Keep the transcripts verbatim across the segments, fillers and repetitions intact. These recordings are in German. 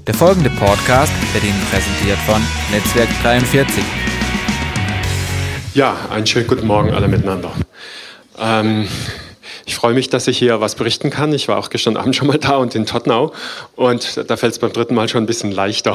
Der folgende Podcast wird Ihnen präsentiert von Netzwerk dreiundvierzig. Ja, einen schönen guten Morgen alle miteinander. Ähm, ich freue mich, dass ich hier was berichten kann. Ich war auch gestern Abend schon mal da und in Tottenau und da fällt es beim dritten Mal schon ein bisschen leichter.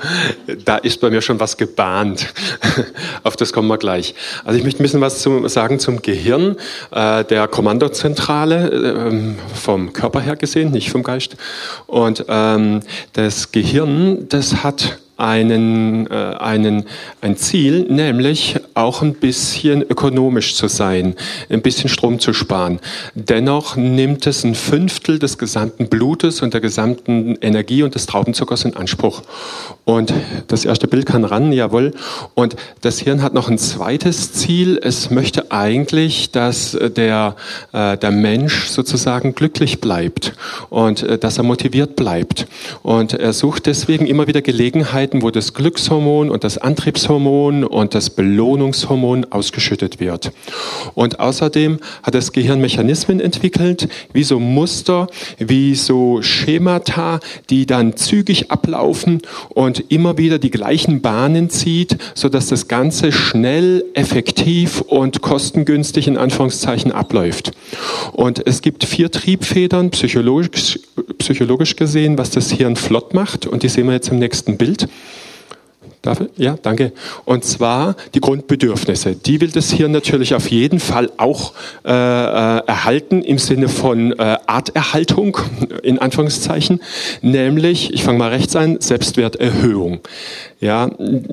Da ist bei mir schon was gebahnt. Auf das kommen wir gleich. Also ich möchte ein bisschen was zu, sagen zum Gehirn, äh, der Kommandozentrale, äh, vom Körper her gesehen, nicht vom Geist. Und ähm, das Gehirn, das hat einen, äh, einen, ein Ziel, nämlich auch ein bisschen ökonomisch zu sein, ein bisschen Strom zu sparen. Dennoch nimmt es ein Fünftel des gesamten Blutes und der gesamten Energie und des Traubenzuckers in Anspruch. Und das erste Bild kann ran, jawohl. Und das Hirn hat noch ein zweites Ziel. Es möchte eigentlich, dass der, äh, der Mensch sozusagen glücklich bleibt und äh, dass er motiviert bleibt. Und er sucht deswegen immer wieder Gelegenheiten, wo das Glückshormon und das Antriebshormon und das Belohnungshormon ausgeschüttet wird. Und außerdem hat das Gehirn Mechanismen entwickelt, wie so Muster, wie so Schemata, die dann zügig ablaufen und immer wieder die gleichen Bahnen zieht, sodass das Ganze schnell, effektiv und kostengünstig in Anführungszeichen abläuft. Und es gibt vier Triebfedern, psychologisch, psychologisch gesehen, was das Hirn flott macht. Und die sehen wir jetzt im nächsten Bild. Darf ich? Ja, danke. Und zwar die Grundbedürfnisse. Die will das Hirn natürlich auf jeden Fall auch äh, äh, erhalten im Sinne von äh, Arterhaltung, in Anführungszeichen. Nämlich, ich fange mal rechts an, Selbstwerterhöhung. Ja,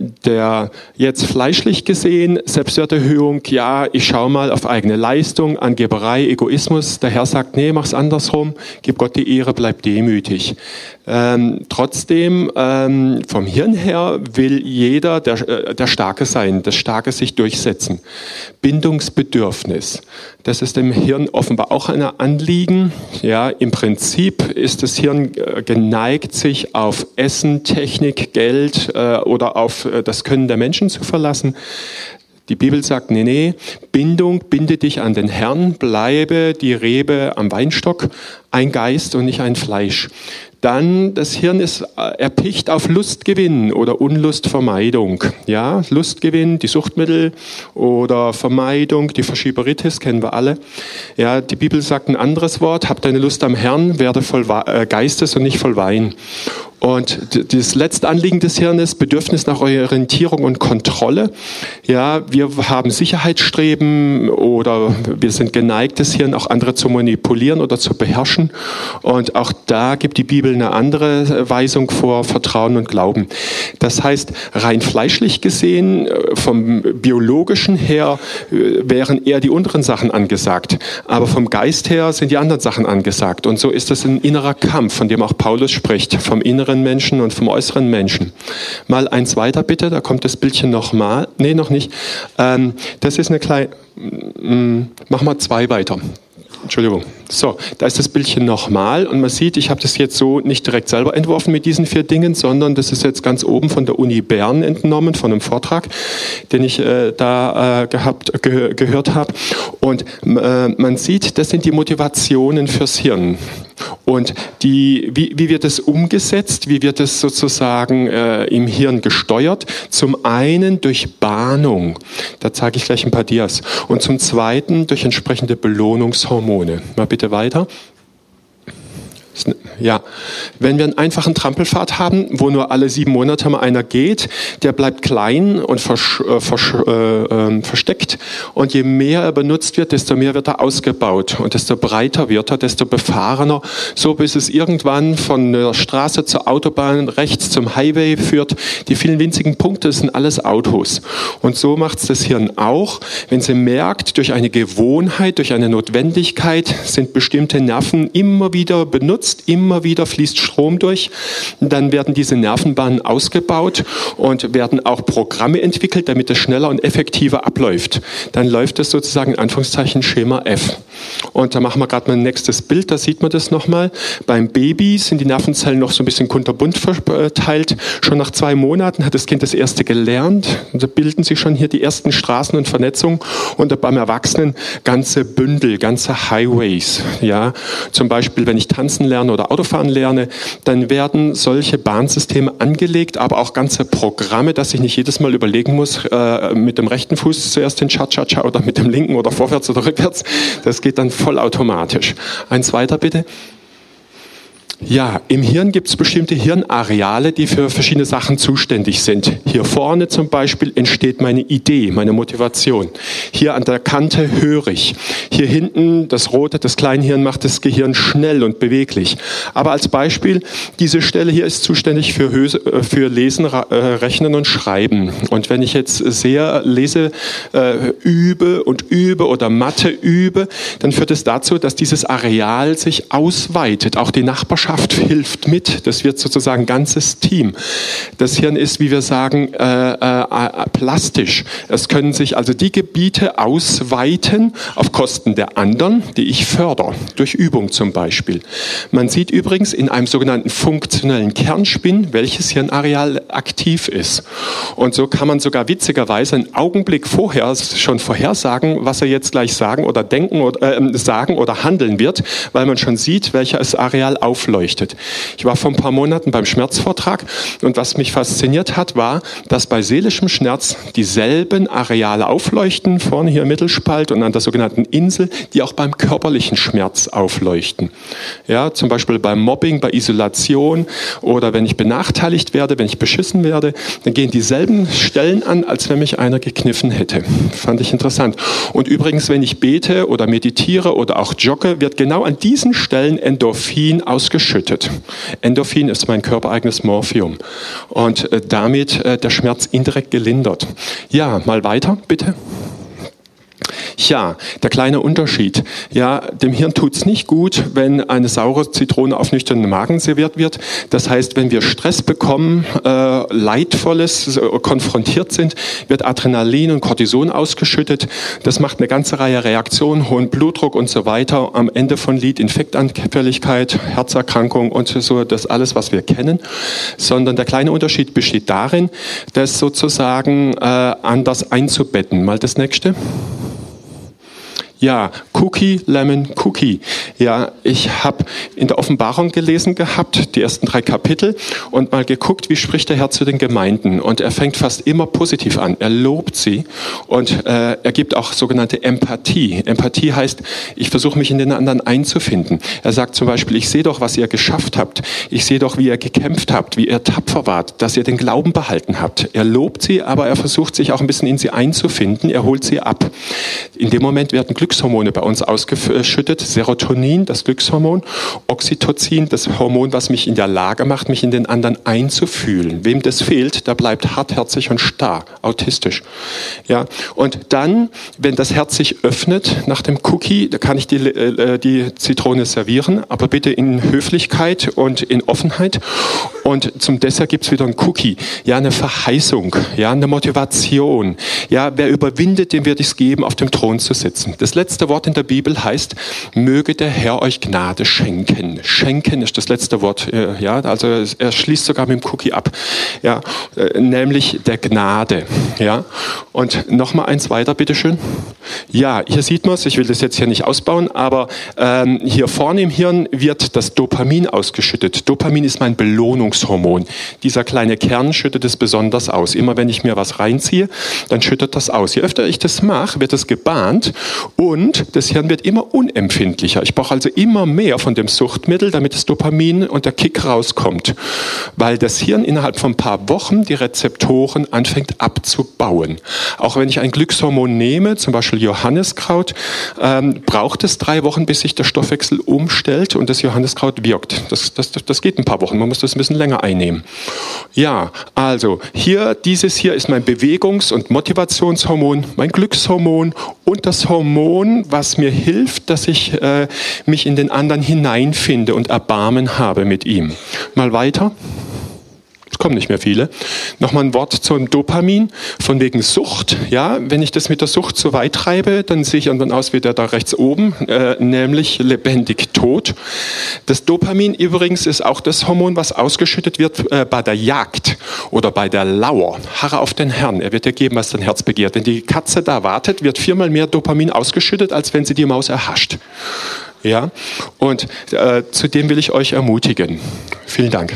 der jetzt fleischlich gesehen, Selbstwerterhöhung, ja, ich schaue mal auf eigene Leistung, Angeberei, Egoismus. Der Herr sagt, nee, mach's andersrum, gib Gott die Ehre, bleib demütig. Ähm, trotzdem, ähm, vom Hirn her will jeder der, der Starke sein, das Starke sich durchsetzen. Bindungsbedürfnis, das ist dem Hirn offenbar auch ein Anliegen. Ja, im Prinzip ist das Hirn geneigt, sich auf Essen, Technik, Geld äh, oder auf das Können der Menschen zu verlassen. Die Bibel sagt, nee, nee, Bindung, binde dich an den Herrn, bleibe die Rebe am Weinstock, ein Geist und nicht ein Fleisch. Dann, das Hirn ist erpicht auf Lustgewinn oder Unlustvermeidung. Ja, Lustgewinn, die Suchtmittel oder Vermeidung, die Verschieberitis, kennen wir alle. Ja, die Bibel sagt ein anderes Wort, hab deine Lust am Herrn, werde voll Geistes und nicht voll Wein. Und das letzte Anliegen des Hirnes, Bedürfnis nach Orientierung und Kontrolle. Ja, wir haben Sicherheitsstreben oder wir sind geneigt, das Hirn auch andere zu manipulieren oder zu beherrschen. Und auch da gibt die Bibel eine andere Weisung vor, Vertrauen und Glauben. Das heißt, rein fleischlich gesehen, vom biologischen her, wären eher die unteren Sachen angesagt. Aber vom Geist her sind die anderen Sachen angesagt. Und so ist das ein innerer Kampf, von dem auch Paulus spricht, vom inneren Menschen und vom äußeren Menschen. Mal eins weiter bitte, da kommt das Bildchen nochmal. Nee, noch nicht. Ähm, das ist eine kleine... Mach mal zwei weiter. Entschuldigung. So, da ist das Bildchen nochmal und man sieht, ich habe das jetzt so nicht direkt selber entworfen mit diesen vier Dingen, sondern das ist jetzt ganz oben von der Uni Bern entnommen, von einem Vortrag, den ich äh, da äh, gehabt, ge gehört habe. Und äh, man sieht, das sind die Motivationen fürs Hirn. Und die, wie, wie wird es umgesetzt, wie wird es sozusagen äh, im Hirn gesteuert? Zum einen durch Bahnung, da zeige ich gleich ein paar Dias, und zum zweiten durch entsprechende Belohnungshormone. Mal bitte weiter. Ja, wenn wir einen einfachen Trampelpfad haben, wo nur alle sieben Monate mal einer geht, der bleibt klein und versch, äh, versch, äh, äh, versteckt. Und je mehr er benutzt wird, desto mehr wird er ausgebaut. Und desto breiter wird er, desto befahrener, so bis es irgendwann von der Straße zur Autobahn rechts zum Highway führt. Die vielen winzigen Punkte sind alles Autos. Und so macht es das Hirn auch. Wenn sie merkt, durch eine Gewohnheit, durch eine Notwendigkeit sind bestimmte Nerven immer wieder benutzt, immer wieder fließt Strom durch, dann werden diese Nervenbahnen ausgebaut und werden auch Programme entwickelt, damit es schneller und effektiver abläuft. Dann läuft es sozusagen in Anführungszeichen Schema F. Und da machen wir gerade mal ein nächstes Bild, da sieht man das nochmal. Beim Baby sind die Nervenzellen noch so ein bisschen kunterbunt verteilt. Schon nach zwei Monaten hat das Kind das erste gelernt. Und da bilden sich schon hier die ersten Straßen und Vernetzungen. Und beim Erwachsenen ganze Bündel, ganze Highways. Ja, zum Beispiel, wenn ich tanzen lerne, lerne oder Autofahren lerne, dann werden solche Bahnsysteme angelegt, aber auch ganze Programme, dass ich nicht jedes Mal überlegen muss, äh, mit dem rechten Fuß zuerst den Cha-Cha-Cha oder mit dem linken oder vorwärts oder rückwärts. Das geht dann vollautomatisch. Eins weiter bitte. Ja, im Hirn gibt es bestimmte Hirnareale, die für verschiedene Sachen zuständig sind. Hier vorne zum Beispiel entsteht meine Idee, meine Motivation. Hier an der Kante höre ich. Hier hinten, das rote, das Kleinhirn macht das Gehirn schnell und beweglich. Aber als Beispiel, diese Stelle hier ist zuständig für, Höse, für Lesen, äh, Rechnen und Schreiben. Und wenn ich jetzt sehr lese, äh, übe und übe oder Mathe übe, dann führt es dazu, dass dieses Areal sich ausweitet. Auch die Nachbarschaft hilft mit. Das wird sozusagen ein ganzes Team. Das Hirn ist, wie wir sagen, äh, äh, plastisch. Es können sich also die Gebiete ausweiten auf Kosten der anderen, die ich fördere, durch Übung zum Beispiel. Man sieht übrigens in einem sogenannten funktionellen Kernspin, welches Hirnareal aktiv ist. Und so kann man sogar witzigerweise einen Augenblick vorher schon vorhersagen, was er jetzt gleich sagen oder denken oder äh, sagen oder handeln wird, weil man schon sieht, welches Areal aufläuft. Ich war vor ein paar Monaten beim Schmerzvortrag und was mich fasziniert hat, war, dass bei seelischem Schmerz dieselben Areale aufleuchten, vorne hier im Mittelspalt und an der sogenannten Insel, die auch beim körperlichen Schmerz aufleuchten. Ja, zum Beispiel beim Mobbing, bei Isolation oder wenn ich benachteiligt werde, wenn ich beschissen werde, dann gehen dieselben Stellen an, als wenn mich einer gekniffen hätte. Fand ich interessant. Und übrigens, wenn ich bete oder meditiere oder auch jogge, wird genau an diesen Stellen Endorphin ausgeschüttet. Endorphin ist mein körpereigenes Morphium und äh, damit äh, der Schmerz indirekt gelindert. Ja, mal weiter, bitte. Ja, der kleine Unterschied. Ja, dem Hirn tut's nicht gut, wenn eine saure Zitrone auf nüchternen Magen serviert wird. Das heißt, wenn wir Stress bekommen, äh, Leidvolles, äh, konfrontiert sind, wird Adrenalin und Cortison ausgeschüttet. Das macht eine ganze Reihe Reaktionen, hohen Blutdruck und so weiter. Am Ende von Lied Infektanfälligkeit, Herzerkrankung und so, das alles, was wir kennen. Sondern der kleine Unterschied besteht darin, das sozusagen äh, anders einzubetten. Mal das nächste. Ja, Cookie, Lemon, Cookie. Ja, ich habe in der Offenbarung gelesen gehabt, die ersten drei Kapitel, und mal geguckt, wie spricht der Herr zu den Gemeinden. Und er fängt fast immer positiv an. Er lobt sie und äh, er gibt auch sogenannte Empathie. Empathie heißt, ich versuche mich in den anderen einzufinden. Er sagt zum Beispiel, ich sehe doch, was ihr geschafft habt. Ich sehe doch, wie ihr gekämpft habt, wie ihr tapfer wart, dass ihr den Glauben behalten habt. Er lobt sie, aber er versucht sich auch ein bisschen in sie einzufinden. Er holt sie ab. In dem Moment werden Glückshormone bei uns ausgeschüttet. Serotonin, das Glückshormon. Oxytocin, das Hormon, was mich in der Lage macht, mich in den anderen einzufühlen. Wem das fehlt, der bleibt hartherzig und starr, autistisch. Ja. Und dann, wenn das Herz sich öffnet nach dem Cookie, da kann ich die, äh, die Zitrone servieren, aber bitte in Höflichkeit und in Offenheit. Und zum Dessert gibt's wieder ein Cookie. Ja, eine Verheißung, ja, eine Motivation. Ja, wer überwindet, dem werde ich es geben, auf dem Thron zu sitzen. Das letzte Wort in der Bibel heißt, möge der Herr euch Gnade schenken. Schenken ist das letzte Wort, ja, also er schließt sogar mit dem Cookie ab, ja, nämlich der Gnade, ja. Und nochmal eins weiter, bitteschön. Ja, hier sieht man es, ich will das jetzt hier nicht ausbauen, aber ähm, hier vorne im Hirn wird das Dopamin ausgeschüttet. Dopamin ist mein Belohnungshormon. Dieser kleine Kern schüttet es besonders aus. Immer wenn ich mir was reinziehe, dann schüttet das aus. Je öfter ich das mache, wird es gebahnt und das Hirn wird immer unempfindlicher. Ich brauche also immer mehr von dem Suchtmittel, damit das Dopamin und der Kick rauskommt. Weil das Hirn innerhalb von ein paar Wochen die Rezeptoren anfängt abzubauen. Auch wenn ich ein Glückshormon nehme, zum Beispiel Johanniskraut, ähm, braucht es drei Wochen, bis sich der Stoffwechsel umstellt und das Johanniskraut wirkt. Das, das, das geht ein paar Wochen, man muss das ein bisschen länger einnehmen. Ja, also hier, dieses hier ist mein Bewegungs- und Motivationshormon, mein Glückshormon und das Hormon, was mir hilft, dass ich äh, mich in den anderen hineinfinde und Erbarmen habe mit ihm. Mal weiter. Es kommen nicht mehr viele. Nochmal ein Wort zum Dopamin, von wegen Sucht. Ja, wenn ich das mit der Sucht so weit treibe, dann sehe ich irgendwann aus wie der da rechts oben, äh, nämlich lebendig tot. Das Dopamin übrigens ist auch das Hormon, was ausgeschüttet wird äh, bei der Jagd oder bei der Lauer. Harre auf den Herrn, er wird dir geben, was dein Herz begehrt. Wenn die Katze da wartet, wird viermal mehr Dopamin ausgeschüttet, als wenn sie die Maus erhascht. Ja? Und äh, zu dem will ich euch ermutigen. Vielen Dank.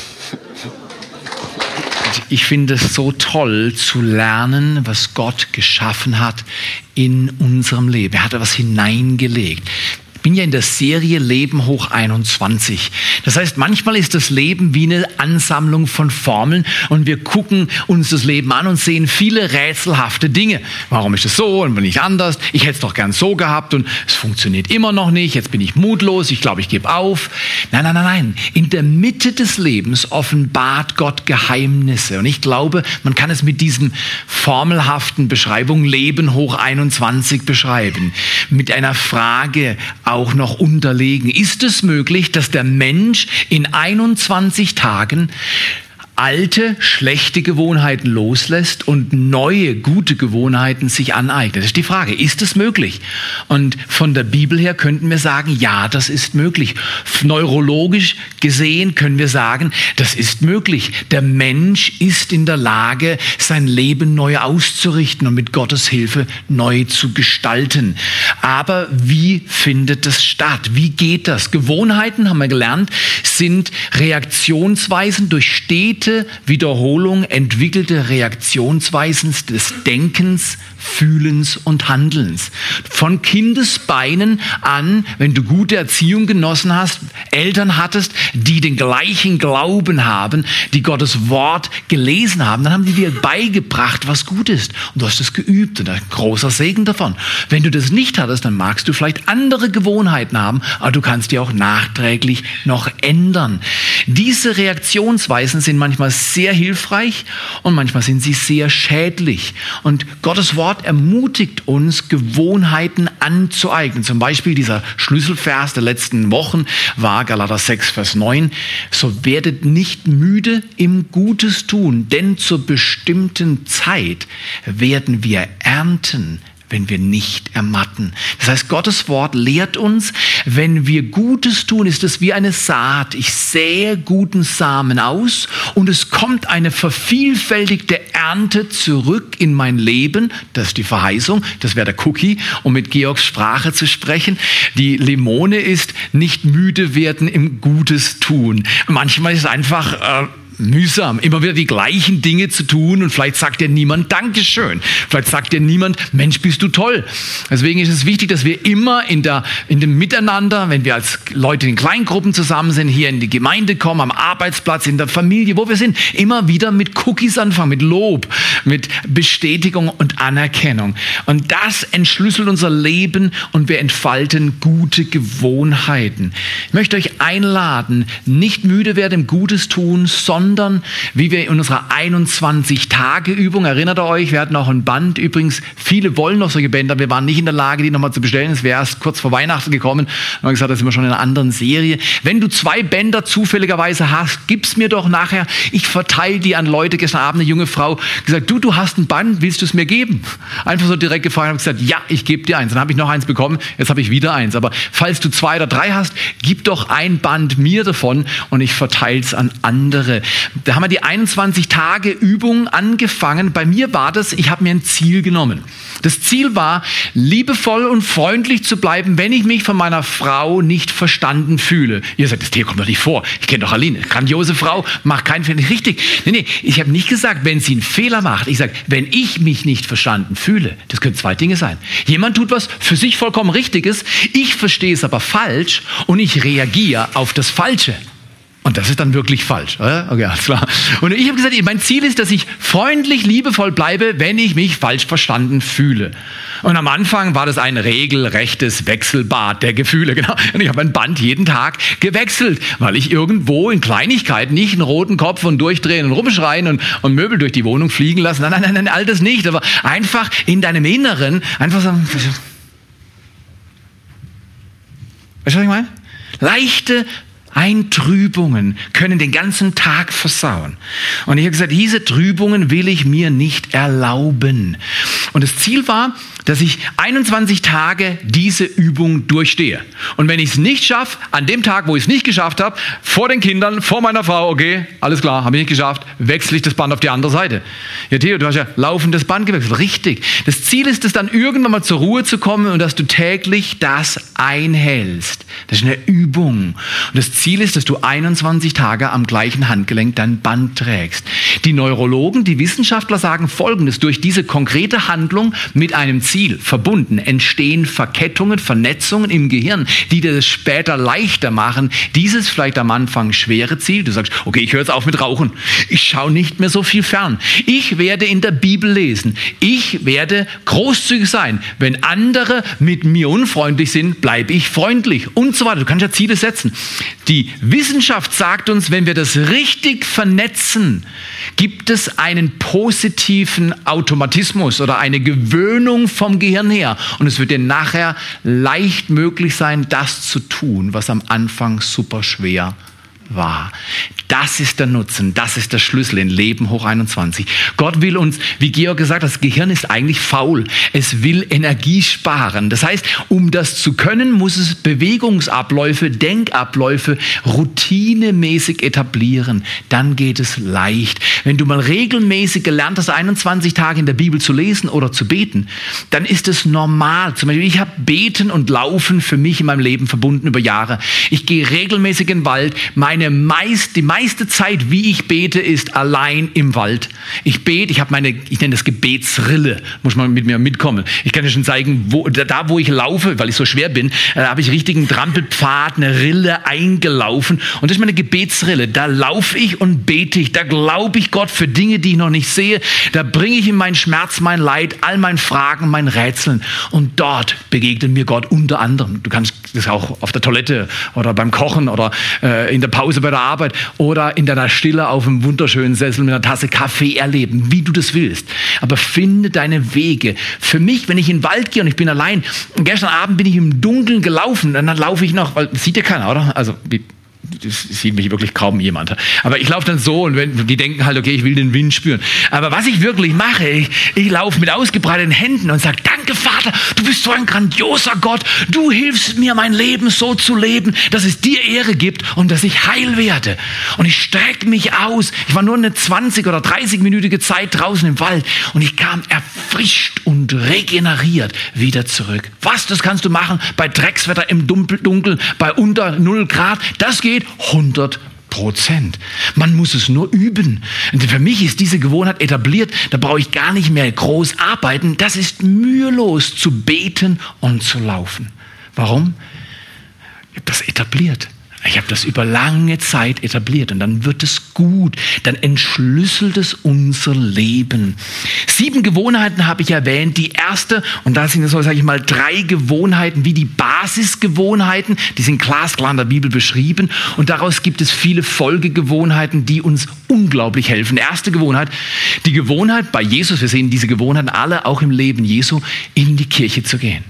Ich finde es so toll zu lernen, was Gott geschaffen hat in unserem Leben. Er hat etwas hineingelegt. Ich bin ja in der Serie Leben hoch einundzwanzig. Das heißt, manchmal ist das Leben wie eine Ansammlung von Formeln und wir gucken uns das Leben an und sehen viele rätselhafte Dinge. Warum ist es so und nicht anders? Ich hätte es doch gern so gehabt und es funktioniert immer noch nicht. Jetzt bin ich mutlos. Ich glaube, ich gebe auf. Nein, nein, nein, nein. In der Mitte des Lebens offenbart Gott Geheimnisse. Und ich glaube, man kann es mit diesen formelhaften Beschreibungen Leben hoch einundzwanzig beschreiben. Mit einer Frage auch noch unterlegen. Ist es möglich, dass der Mensch in einundzwanzig Tagen alte, schlechte Gewohnheiten loslässt und neue, gute Gewohnheiten sich aneignet? Das ist die Frage. Ist es möglich? Und von der Bibel her könnten wir sagen, ja, das ist möglich. Neurologisch gesehen können wir sagen, das ist möglich. Der Mensch ist in der Lage, sein Leben neu auszurichten und mit Gottes Hilfe neu zu gestalten. Aber wie findet das statt? Wie geht das? Gewohnheiten, haben wir gelernt, sind Reaktionsweisen durch stete Wiederholung entwickelte Reaktionsweisen des Denkens, Fühlens und Handelns. Von Kindesbeinen an, wenn du gute Erziehung genossen hast, Eltern hattest, die den gleichen Glauben haben, die Gottes Wort gelesen haben, dann haben die dir beigebracht, was gut ist. Und du hast es geübt und ein großer Segen davon. Wenn du das nicht hattest, dann magst du vielleicht andere Gewohnheiten haben, aber du kannst die auch nachträglich noch ändern. Diese Reaktionsweisen sind manchmal sehr hilfreich und manchmal sind sie sehr schädlich. Und Gottes Wort ermutigt uns, Gewohnheiten anzueignen. Zum Beispiel dieser Schlüsselvers der letzten Wochen war Galater sechs, Vers neun. So werdet nicht müde im Gutes tun, denn zur bestimmten Zeit werden wir ernten, wenn wir nicht ermatten. Das heißt, Gottes Wort lehrt uns, wenn wir Gutes tun, ist es wie eine Saat. Ich sähe guten Samen aus und es kommt eine vervielfältigte Ernte zurück in mein Leben. Das ist die Verheißung, das wäre der Cookie, um mit Georgs Sprache zu sprechen. Die Limone ist nicht müde werden im Gutes tun. Manchmal ist es einfach äh, mühsam, immer wieder die gleichen Dinge zu tun und vielleicht sagt dir niemand Dankeschön. Vielleicht sagt dir niemand, Mensch, bist du toll. Deswegen ist es wichtig, dass wir immer in, der, in dem Miteinander, wenn wir als Leute in Kleingruppen zusammen sind, hier in die Gemeinde kommen, am Arbeitsplatz, in der Familie, wo wir sind, immer wieder mit Cookies anfangen, mit Lob, mit Bestätigung und Anerkennung. Und das entschlüsselt unser Leben und wir entfalten gute Gewohnheiten. Ich möchte euch einladen, nicht müde werden im Gutes tun, sondern Sondern wie wir in unserer einundzwanzig-Tage-Übung, erinnert ihr euch, wir hatten auch ein Band, übrigens, viele wollen noch solche Bänder, wir waren nicht in der Lage, die nochmal zu bestellen, es wäre erst kurz vor Weihnachten gekommen, und haben gesagt, das sind wir schon in einer anderen Serie. Wenn du zwei Bänder zufälligerweise hast, gib's mir doch nachher, ich verteile die an Leute. Gestern Abend eine junge Frau gesagt, du, du hast ein Band, willst du es mir geben? Einfach so direkt gefragt, habe gesagt, ja, ich gebe dir eins. Dann habe ich noch eins bekommen, jetzt habe ich wieder eins. Aber falls du zwei oder drei hast, gib doch ein Band mir davon und ich verteile es an andere. Da haben wir die einundzwanzig-Tage-Übung angefangen. Bei mir war das, ich habe mir ein Ziel genommen. Das Ziel war, liebevoll und freundlich zu bleiben, wenn ich mich von meiner Frau nicht verstanden fühle. Ihr sagt, das Thema kommt doch nicht vor. Ich kenne doch Aline, grandiose Frau, macht keinen Fehler. Richtig. Nee, nee, ich habe nicht gesagt, wenn sie einen Fehler macht. Ich sage, wenn ich mich nicht verstanden fühle. Das können zwei Dinge sein. Jemand tut was für sich vollkommen Richtiges, ich verstehe es aber falsch und ich reagiere auf das Falsche. Und das ist dann wirklich falsch. Oder? Okay, alles klar. Und ich habe gesagt, mein Ziel ist, dass ich freundlich, liebevoll bleibe, wenn ich mich falsch verstanden fühle. Und am Anfang war das ein regelrechtes Wechselbad der Gefühle. Genau. Und ich habe mein Band jeden Tag gewechselt, weil ich irgendwo in Kleinigkeiten nicht einen roten Kopf und durchdrehen und rumschreien und, und Möbel durch die Wohnung fliegen lassen. Nein, nein, nein, nein, all das nicht. Aber einfach in deinem Inneren einfach sagen, weißt du, was ich meine? Leichte Eintrübungen können den ganzen Tag versauen. Und ich habe gesagt, diese Trübungen will ich mir nicht erlauben. Und das Ziel war, dass ich einundzwanzig Tage diese Übung durchstehe. Und wenn ich es nicht schaffe, an dem Tag, wo ich es nicht geschafft habe, vor den Kindern, vor meiner Frau, okay, alles klar, habe ich nicht geschafft, wechsle ich das Band auf die andere Seite. Ja, Theo, du hast ja laufendes Band gewechselt. Richtig. Das Ziel ist es dann, irgendwann mal zur Ruhe zu kommen und dass du täglich das einhältst. Das ist eine Übung. Und das Ziel ist, dass du einundzwanzig Tage am gleichen Handgelenk dein Band trägst. Die Neurologen, die Wissenschaftler sagen Folgendes: Durch diese konkrete Handlung mit einem Ziel verbunden entstehen Verkettungen, Vernetzungen im Gehirn, die dir das später leichter machen. Dieses vielleicht am Anfang schwere Ziel. Du sagst, okay, ich höre jetzt auf mit Rauchen. Ich schaue nicht mehr so viel fern. Ich werde in der Bibel lesen. Ich werde großzügig sein. Wenn andere mit mir unfreundlich sind, bleibe ich freundlich und so weiter. Du kannst ja Ziele setzen. Die Wissenschaft sagt uns, wenn wir das richtig vernetzen, gibt es einen positiven Automatismus oder eine Gewöhnung vom Gehirn her. Und es wird dir nachher leicht möglich sein, das zu tun, was am Anfang super schwer war. Das ist der Nutzen, das ist der Schlüssel in Leben hoch einundzwanzig. Gott will uns, wie Georg gesagt hat, das Gehirn ist eigentlich faul. Es will Energie sparen. Das heißt, um das zu können, muss es Bewegungsabläufe, Denkabläufe routinemäßig etablieren. Dann geht es leicht. Wenn du mal regelmäßig gelernt hast, einundzwanzig Tage in der Bibel zu lesen oder zu beten, dann ist es normal. Zum Beispiel, ich habe Beten und Laufen für mich in meinem Leben verbunden über Jahre. Ich gehe regelmäßig in den Wald. Meine meist, die meiste Zeit, wie ich bete, ist allein im Wald. Ich bete, ich habe meine, ich nenne das Gebetsrille, muss man mit mir mitkommen. Ich kann dir schon zeigen, wo, da wo ich laufe, weil ich so schwer bin, da habe ich richtigen Trampelpfad, eine Rille eingelaufen und das ist meine Gebetsrille. Da laufe ich und bete ich, da glaube ich Gott für Dinge, die ich noch nicht sehe. Da bringe ich ihm meinen Schmerz, mein Leid, all meine Fragen, mein Rätseln und dort begegnet mir Gott unter anderem. Du kannst das auch auf der Toilette oder beim Kochen oder äh, in der Pause bei der Arbeit oder in deiner Stille auf einem wunderschönen Sessel mit einer Tasse Kaffee erleben, wie du das willst. Aber finde deine Wege. Für mich, wenn ich in den Wald gehe und ich bin allein, gestern Abend bin ich im Dunkeln gelaufen, dann laufe ich noch, weil sieht ja keiner, oder? Also wie das sieht mich wirklich kaum jemand. Aber ich laufe dann so und wenn, die denken halt, okay, ich will den Wind spüren. Aber was ich wirklich mache, ich, ich laufe mit ausgebreiteten Händen und sage, danke Vater, du bist so ein grandioser Gott. Du hilfst mir, mein Leben so zu leben, dass es dir Ehre gibt und dass ich heil werde. Und ich strecke mich aus. Ich war nur eine zwanzig- oder dreißig-minütige Zeit draußen im Wald und ich kam erfrischt und regeneriert wieder zurück. Was, das kannst du machen bei Dreckswetter im Dunkeln, bei unter null Grad. Das geht hundert Prozent. Man muss es nur üben. Und für mich ist diese Gewohnheit etabliert. Da brauche ich gar nicht mehr groß arbeiten. Das ist mühelos zu beten und zu laufen. Warum? Ich habe das etabliert. Ich habe das über lange Zeit etabliert und dann wird es gut. Dann entschlüsselt es unser Leben. Sieben Gewohnheiten habe ich erwähnt. Die erste, und da sind so, sage ich mal, drei Gewohnheiten wie die Basisgewohnheiten. Die sind glasklar in der Bibel beschrieben und daraus gibt es viele Folgegewohnheiten, die uns unglaublich helfen. Erste Gewohnheit, die Gewohnheit bei Jesus, wir sehen diese Gewohnheiten alle auch im Leben Jesu, in die Kirche zu gehen.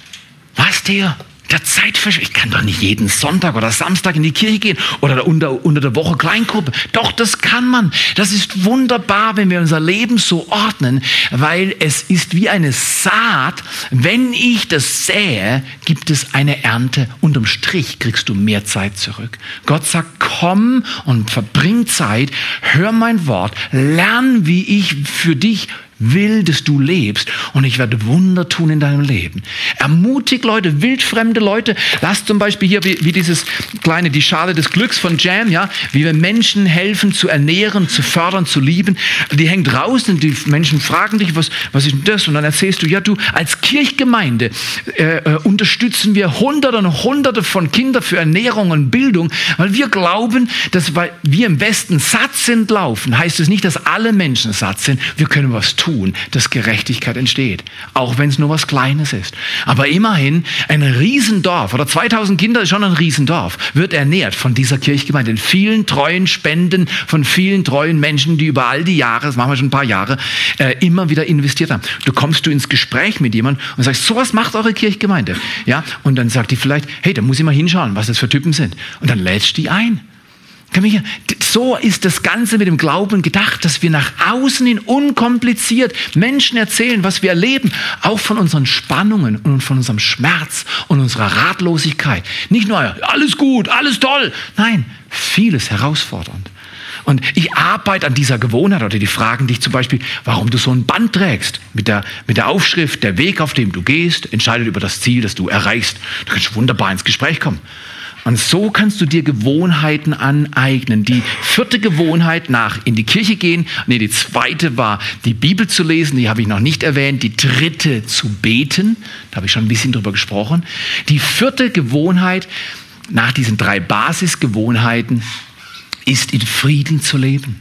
Was, der? Der Zeitverschwendung. Ich kann doch nicht jeden Sonntag oder Samstag in die Kirche gehen oder unter, unter der Woche Kleingruppe. Doch, das kann man. Das ist wunderbar, wenn wir unser Leben so ordnen, weil es ist wie eine Saat. Wenn ich das sähe, gibt es eine Ernte. Unterm Strich kriegst du mehr Zeit zurück. Gott sagt, komm und verbring Zeit, hör mein Wort, lern, wie ich für dich will, dass du lebst und ich werde Wunder tun in deinem Leben. Ermutig Leute, wildfremde Leute. Lass zum Beispiel hier wie, wie dieses kleine, die Schale des Glücks von Jam, ja, wie wir Menschen helfen zu ernähren, zu fördern, zu lieben. Die hängt raus und die Menschen fragen dich, was, was ist denn das? Und dann erzählst du, ja du, als Kirchgemeinde äh, äh, unterstützen wir Hunderte und Hunderte von Kindern für Ernährung und Bildung, weil wir glauben, dass weil wir im Westen satt sind laufen, heißt es nicht, dass alle Menschen satt sind. Wir können was tun. Tun, dass Gerechtigkeit entsteht. Auch wenn es nur was Kleines ist. Aber immerhin, ein Riesendorf oder zweitausend Kinder ist schon ein Riesendorf, wird ernährt von dieser Kirchgemeinde. In vielen treuen Spenden von vielen treuen Menschen, die über all die Jahre, das machen wir schon ein paar Jahre, äh, immer wieder investiert haben. Du kommst du ins Gespräch mit jemandem und sagst, sowas macht eure Kirchgemeinde. Ja? Und dann sagt die vielleicht, hey, da muss ich mal hinschauen, was das für Typen sind. Und dann lädst du die ein. So so ist das Ganze mit dem Glauben gedacht, dass wir nach außen hin unkompliziert Menschen erzählen, was wir erleben, auch von unseren Spannungen und von unserem Schmerz und unserer Ratlosigkeit. Nicht nur alles gut, alles toll, nein, vieles herausfordernd. Und ich arbeite an dieser Gewohnheit, oder die fragen dich zum Beispiel, warum du so ein Band trägst mit der, mit der Aufschrift, der Weg, auf dem du gehst, entscheidet über das Ziel, das du erreichst. Du kannst wunderbar ins Gespräch kommen. Und so kannst du dir Gewohnheiten aneignen. Die vierte Gewohnheit nach in die Kirche gehen, nee, die zweite war, die Bibel zu lesen, die habe ich noch nicht erwähnt. Die dritte zu beten, da habe ich schon ein bisschen drüber gesprochen. Die vierte Gewohnheit nach diesen drei Basisgewohnheiten ist, in Frieden zu leben.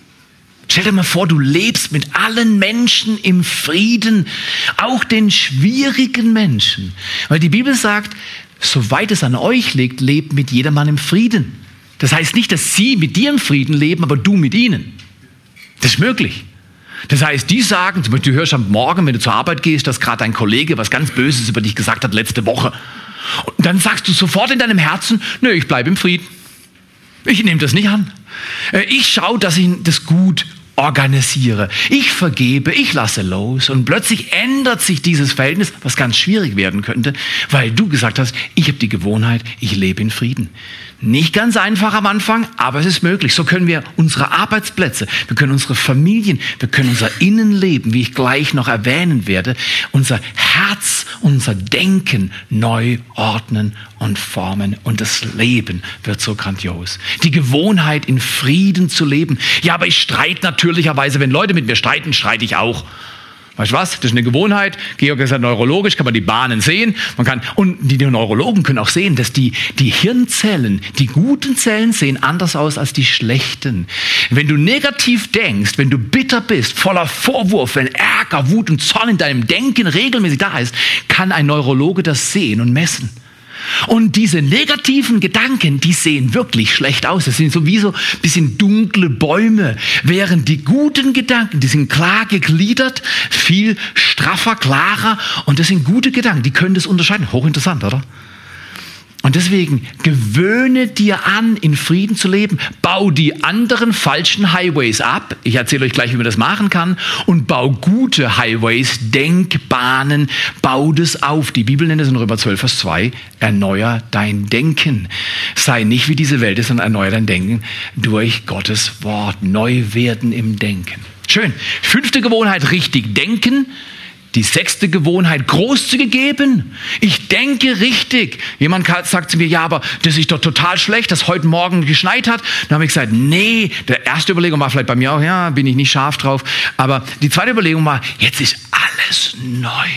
Stell dir mal vor, du lebst mit allen Menschen im Frieden, auch den schwierigen Menschen. Weil die Bibel sagt, soweit es an euch liegt, lebt mit jedermann im Frieden. Das heißt nicht, dass sie mit dir im Frieden leben, aber du mit ihnen. Das ist möglich. Das heißt, die sagen, zum Beispiel, du hörst am Morgen, wenn du zur Arbeit gehst, dass gerade dein Kollege was ganz Böses über dich gesagt hat letzte Woche. Und dann sagst du sofort in deinem Herzen, nö, ich bleibe im Frieden. Ich nehme das nicht an. Ich schaue, dass ich das gut organisiere. Ich vergebe, ich lasse los. Und plötzlich ändert sich dieses Verhältnis, was ganz schwierig werden könnte, weil du gesagt hast, ich habe die Gewohnheit, ich lebe in Frieden. Nicht ganz einfach am Anfang, aber es ist möglich. So können wir unsere Arbeitsplätze, wir können unsere Familien, wir können unser Innenleben, wie ich gleich noch erwähnen werde, unser Herz, unser Denken neu ordnen und formen. Und das Leben wird so grandios. Die Gewohnheit, in Frieden zu leben. Ja, aber ich streite natürlicherweise. Wenn Leute mit mir streiten, streite ich auch. Weißt du was? Das ist eine Gewohnheit. Georg ist ja neurologisch, kann man die Bahnen sehen. Man kann, und die Neurologen können auch sehen, dass die, die Hirnzellen, die guten Zellen sehen anders aus als die schlechten. Wenn du negativ denkst, wenn du bitter bist, voller Vorwurf, wenn Ärger, Wut und Zorn in deinem Denken regelmäßig da ist, kann ein Neurologe das sehen und messen. Und diese negativen Gedanken, die sehen wirklich schlecht aus. Das sind sowieso ein bisschen dunkle Bäume. Während die guten Gedanken, die sind klar gegliedert, viel straffer, klarer. Und das sind gute Gedanken, die können das unterscheiden. Hochinteressant, oder? Und deswegen gewöhne dir an, in Frieden zu leben. Bau die anderen falschen Highways ab. Ich erzähle euch gleich, wie man das machen kann. Und bau gute Highways, Denkbahnen, bau das auf. Die Bibel nennt es in Römer zwölf, Vers zwei, erneuer dein Denken. Sei nicht wie diese Welt ist, sondern erneuer dein Denken durch Gottes Wort. Neu werden im Denken. Schön. Fünfte Gewohnheit, richtig denken. Die sechste Gewohnheit, großzügig geben. Ich denke richtig. Jemand sagt zu mir, ja, aber das ist doch total schlecht, dass heute Morgen geschneit hat. Dann habe ich gesagt, nee, die erste Überlegung war vielleicht bei mir auch, ja, bin ich nicht scharf drauf. Aber die zweite Überlegung war, jetzt ist alles neu.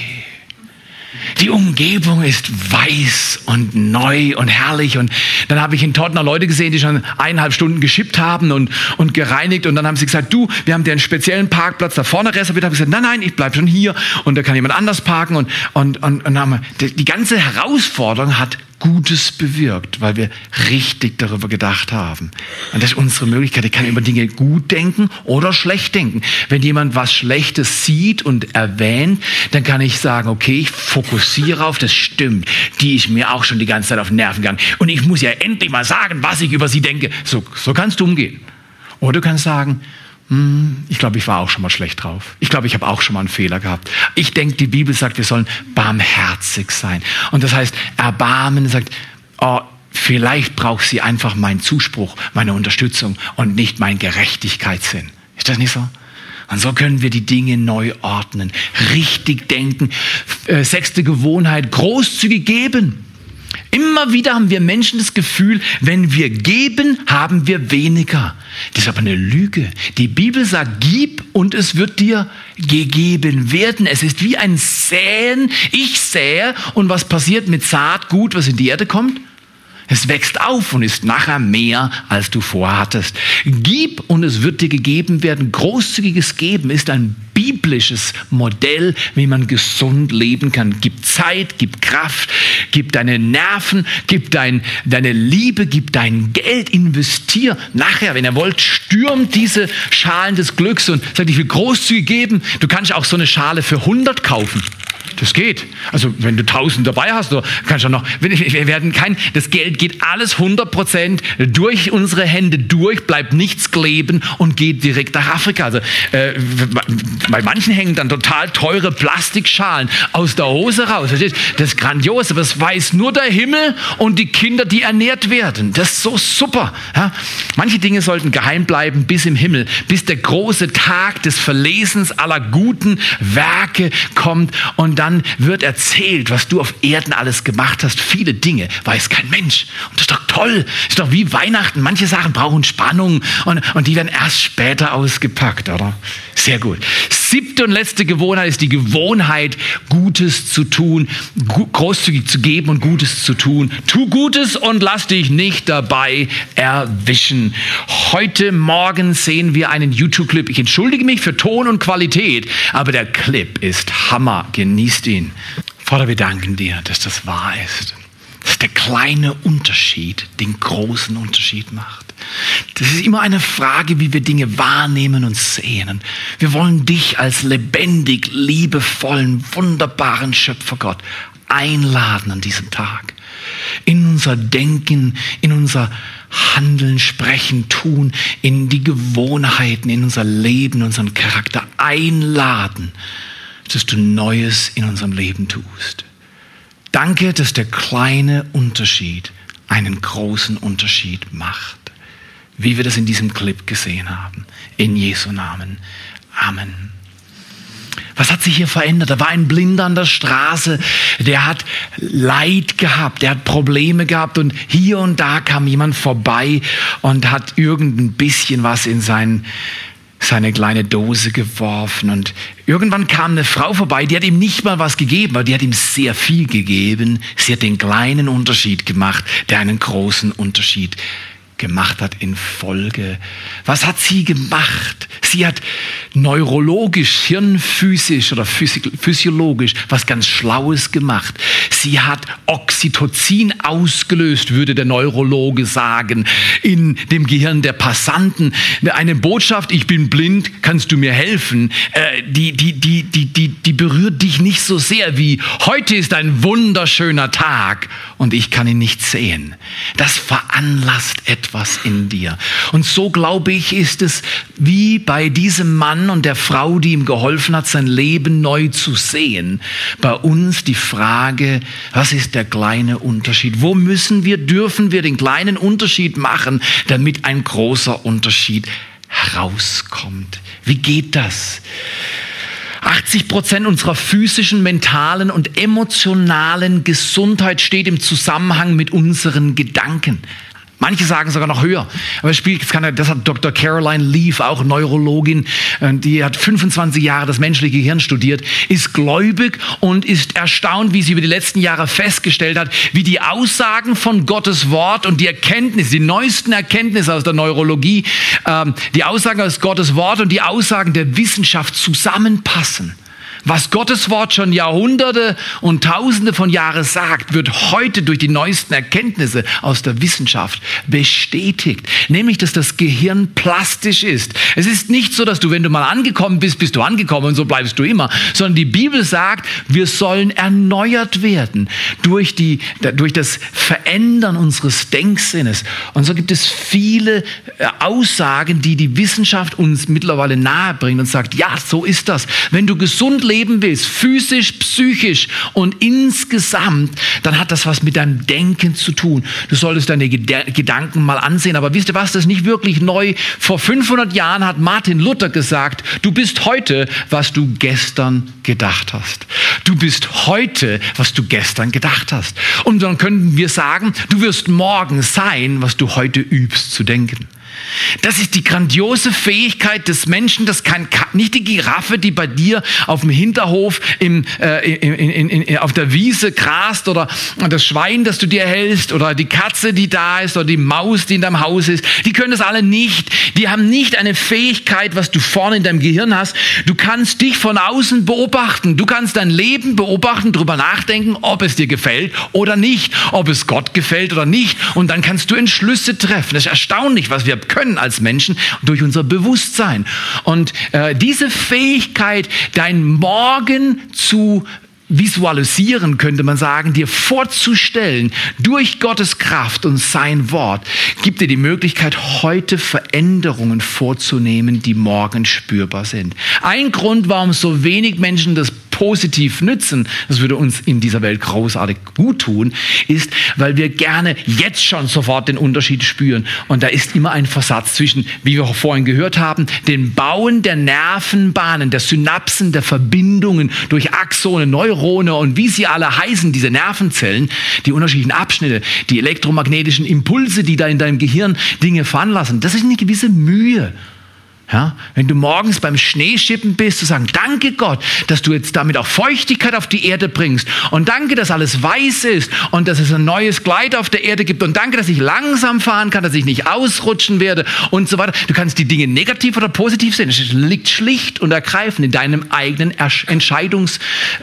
Die Umgebung ist weiß und neu und herrlich. Und dann habe ich in Tottenham Leute gesehen, die schon eineinhalb Stunden geschippt haben und, und gereinigt. Und dann haben sie gesagt, du, wir haben dir einen speziellen Parkplatz da vorne reserviert. Da habe ich gesagt, nein, nein, ich bleibe schon hier. Und da kann jemand anders parken. Und, und, und, und haben wir, die, die ganze Herausforderung hat Gutes bewirkt, weil wir richtig darüber gedacht haben. Und das ist unsere Möglichkeit. Ich kann über Dinge gut denken oder schlecht denken. Wenn jemand was Schlechtes sieht und erwähnt, dann kann ich sagen, okay, ich fokussiere auf, das stimmt. Die ist mir auch schon die ganze Zeit auf den Nerven gegangen. Und ich muss ja endlich mal sagen, was ich über sie denke. So, so kannst du umgehen. Oder du kannst sagen, ich glaube, ich war auch schon mal schlecht drauf. Ich glaube, ich habe auch schon mal einen Fehler gehabt. Ich denke, die Bibel sagt, wir sollen barmherzig sein. Und das heißt, Erbarmen sagt, oh, vielleicht braucht sie einfach meinen Zuspruch, meine Unterstützung und nicht meinen Gerechtigkeitssinn. Ist das nicht so? Und so können wir die Dinge neu ordnen, richtig denken. Äh, sechste Gewohnheit, großzügig geben. Immer wieder haben wir Menschen das Gefühl, wenn wir geben, haben wir weniger. Das ist aber eine Lüge. Die Bibel sagt, gib und es wird dir gegeben werden. Es ist wie ein Säen. Ich sähe und was passiert mit Saatgut, was in die Erde kommt? Es wächst auf und ist nachher mehr, als du vorhattest. Gib und es wird dir gegeben werden. Großzügiges Geben ist ein biblisches Modell, wie man gesund leben kann. Gib Zeit, gib Kraft, gib deine Nerven, gib dein, deine Liebe, gib dein Geld, investier. Nachher, wenn ihr wollt, stürmt diese Schalen des Glücks und sagt, ich will großzügig geben. Du kannst auch so eine Schale für hundert kaufen. Das geht. Also wenn du tausend dabei hast, oder kannst du noch, wir werden kein, das Geld geht alles hundert Prozent durch unsere Hände durch, bleibt nichts kleben und geht direkt nach Afrika. Also äh, bei manchen hängen dann total teure Plastikschalen aus der Hose raus. Das ist grandios, aber das weiß nur der Himmel und die Kinder, die ernährt werden. Das ist so super. Ja? Manche Dinge sollten geheim bleiben bis im Himmel, bis der große Tag des Verlesens aller guten Werke kommt und dann wird erzählt, was du auf Erden alles gemacht hast. Viele Dinge weiß kein Mensch. Und das ist doch toll. Das ist doch wie Weihnachten. Manche Sachen brauchen Spannung und, und die werden erst später ausgepackt, oder? Sehr gut. Siebte und letzte Gewohnheit ist die Gewohnheit, Gutes zu tun, großzügig zu geben und Gutes zu tun. Tu Gutes und lass dich nicht dabei erwischen. Heute Morgen sehen wir einen YouTube-Clip. Ich entschuldige mich für Ton und Qualität, aber der Clip ist Hammer. Genießt ihn. Vater, wir danken dir, dass das wahr ist. Dass der kleine Unterschied den großen Unterschied macht. Das ist immer eine Frage, wie wir Dinge wahrnehmen und sehen. Und wir wollen dich als lebendig, liebevollen, wunderbaren Schöpfergott einladen an diesem Tag. In unser Denken, in unser Handeln, Sprechen, Tun, in die Gewohnheiten, in unser Leben, unseren Charakter einladen, dass du Neues in unserem Leben tust. Danke, dass der kleine Unterschied einen großen Unterschied macht. Wie wir das in diesem Clip gesehen haben. In Jesu Namen. Amen. Was hat sich hier verändert? Da war ein Blinder an der Straße, der hat Leid gehabt, der hat Probleme gehabt und hier und da kam jemand vorbei und hat irgendein bisschen was in sein, seine kleine Dose geworfen und irgendwann kam eine Frau vorbei, die hat ihm nicht mal was gegeben, aber die hat ihm sehr viel gegeben. Sie hat den kleinen Unterschied gemacht, der einen großen Unterschied gemacht hat in Folge. Was hat sie gemacht? Sie hat neurologisch, hirnphysisch oder physiologisch was ganz Schlaues gemacht. Sie hat Oxytocin ausgelöst, würde der Neurologe sagen, in dem Gehirn der Passanten. Eine Botschaft, ich bin blind, kannst du mir helfen? Äh, die, die, die, die, die, die berührt dich nicht so sehr wie, heute ist ein wunderschöner Tag und ich kann ihn nicht sehen. Das veranlasst etwas was in dir. Und so, glaube ich, ist es wie bei diesem Mann und der Frau, die ihm geholfen hat, sein Leben neu zu sehen. Bei uns die Frage, was ist der kleine Unterschied? Wo müssen wir, dürfen wir den kleinen Unterschied machen, damit ein großer Unterschied herauskommt? Wie geht das? achtzig Prozent unserer physischen, mentalen und emotionalen Gesundheit steht im Zusammenhang mit unseren Gedanken. Manche sagen sogar noch höher. Aber spielt, das hat Doktor Caroline Leaf, auch Neurologin, die hat fünfundzwanzig Jahre das menschliche Gehirn studiert, ist gläubig und ist erstaunt, wie sie über die letzten Jahre festgestellt hat, wie die Aussagen von Gottes Wort und die Erkenntnisse, die neuesten Erkenntnisse aus der Neurologie, die Aussagen aus Gottes Wort und die Aussagen der Wissenschaft zusammenpassen. Was Gottes Wort schon Jahrhunderte und Tausende von Jahren sagt, wird heute durch die neuesten Erkenntnisse aus der Wissenschaft bestätigt. Nämlich, dass das Gehirn plastisch ist. Es ist nicht so, dass du, wenn du mal angekommen bist, bist du angekommen und so bleibst du immer. Sondern die Bibel sagt, wir sollen erneuert werden durch, die, durch das Verändern unseres Denksinnes. Und so gibt es viele Aussagen, die die Wissenschaft uns mittlerweile nahebringt und sagt, ja, so ist das. Wenn du gesund leben willst, physisch, psychisch und insgesamt, dann hat das was mit deinem Denken zu tun. Du solltest deine Ged- Gedanken mal ansehen. Aber wisst ihr was, das ist nicht wirklich neu. Vor fünfhundert Jahren hat Martin Luther gesagt, du bist heute, was du gestern gedacht hast. Du bist heute, was du gestern gedacht hast. Und dann könnten wir sagen, du wirst morgen sein, was du heute übst zu denken. Das ist die grandiose Fähigkeit des Menschen. Das kann nicht die Giraffe, die bei dir auf dem Hinterhof im, äh, in, in, in, auf der Wiese grast oder das Schwein, das du dir hältst oder die Katze, die da ist oder die Maus, die in deinem Haus ist. Die können das alle nicht. Die haben nicht eine Fähigkeit, was du vorne in deinem Gehirn hast. Du kannst dich von außen beobachten. Du kannst dein Leben beobachten, darüber nachdenken, ob es dir gefällt oder nicht, ob es Gott gefällt oder nicht. Und dann kannst du Entschlüsse treffen. Das ist erstaunlich, was wir können als Menschen durch unser Bewusstsein. Und äh, diese Fähigkeit, dein Morgen zu visualisieren, könnte man sagen, dir vorzustellen, durch Gottes Kraft und sein Wort, gibt dir die Möglichkeit, heute Veränderungen vorzunehmen, die morgen spürbar sind. Ein Grund, warum so wenig Menschen das positiv nützen, das würde uns in dieser Welt großartig gut tun, ist, weil wir gerne jetzt schon sofort den Unterschied spüren. Und da ist immer ein Versatz zwischen, wie wir vorhin gehört haben, dem Bauen der Nervenbahnen, der Synapsen, der Verbindungen durch Axone, Neurone und wie sie alle heißen, diese Nervenzellen, die unterschiedlichen Abschnitte, die elektromagnetischen Impulse, die da in deinem Gehirn Dinge veranlassen. Das ist eine gewisse Mühe. Ja, wenn du morgens beim Schneeschippen bist, zu sagen, danke Gott, dass du jetzt damit auch Feuchtigkeit auf die Erde bringst und danke, dass alles weiß ist und dass es ein neues Kleid auf der Erde gibt und danke, dass ich langsam fahren kann, dass ich nicht ausrutschen werde und so weiter. Du kannst die Dinge negativ oder positiv sehen. Es liegt schlicht und ergreifend in deinem eigenen Entscheidungs,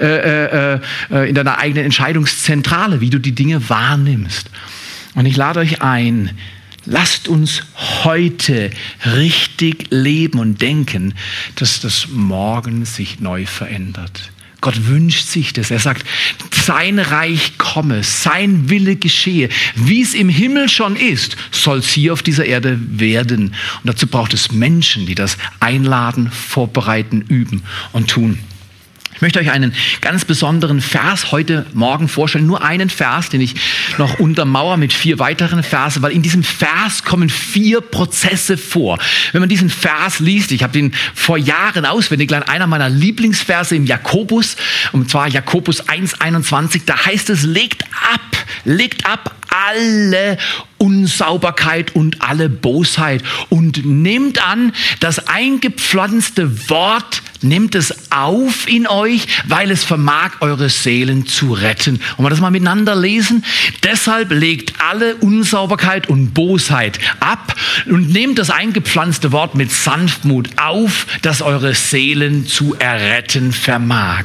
äh, äh, äh, in deiner eigenen Entscheidungszentrale, wie du die Dinge wahrnimmst. Und ich lade euch ein, lasst uns heute richtig leben und denken, dass das morgen sich neu verändert. Gott wünscht sich das. Er sagt, sein Reich komme, sein Wille geschehe. Wie es im Himmel schon ist, soll es hier auf dieser Erde werden. Und dazu braucht es Menschen, die das einladen, vorbereiten, üben und tun. Ich möchte euch einen ganz besonderen Vers heute Morgen vorstellen. Nur einen Vers, den ich noch untermauere mit vier weiteren Versen, weil in diesem Vers kommen vier Prozesse vor. Wenn man diesen Vers liest, ich habe den vor Jahren auswendig gelernt, einer meiner Lieblingsverse im Jakobus, und zwar Jakobus eins einundzwanzig, da heißt es, legt ab, legt ab alle Unsauberkeit und alle Bosheit und nehmt an, das eingepflanzte Wort, nehmt es auf in euch, weil es vermag, eure Seelen zu retten. Wollen wir das mal miteinander lesen? Deshalb legt alle Unsauberkeit und Bosheit ab und nehmt das eingepflanzte Wort mit Sanftmut auf, das eure Seelen zu erretten vermag.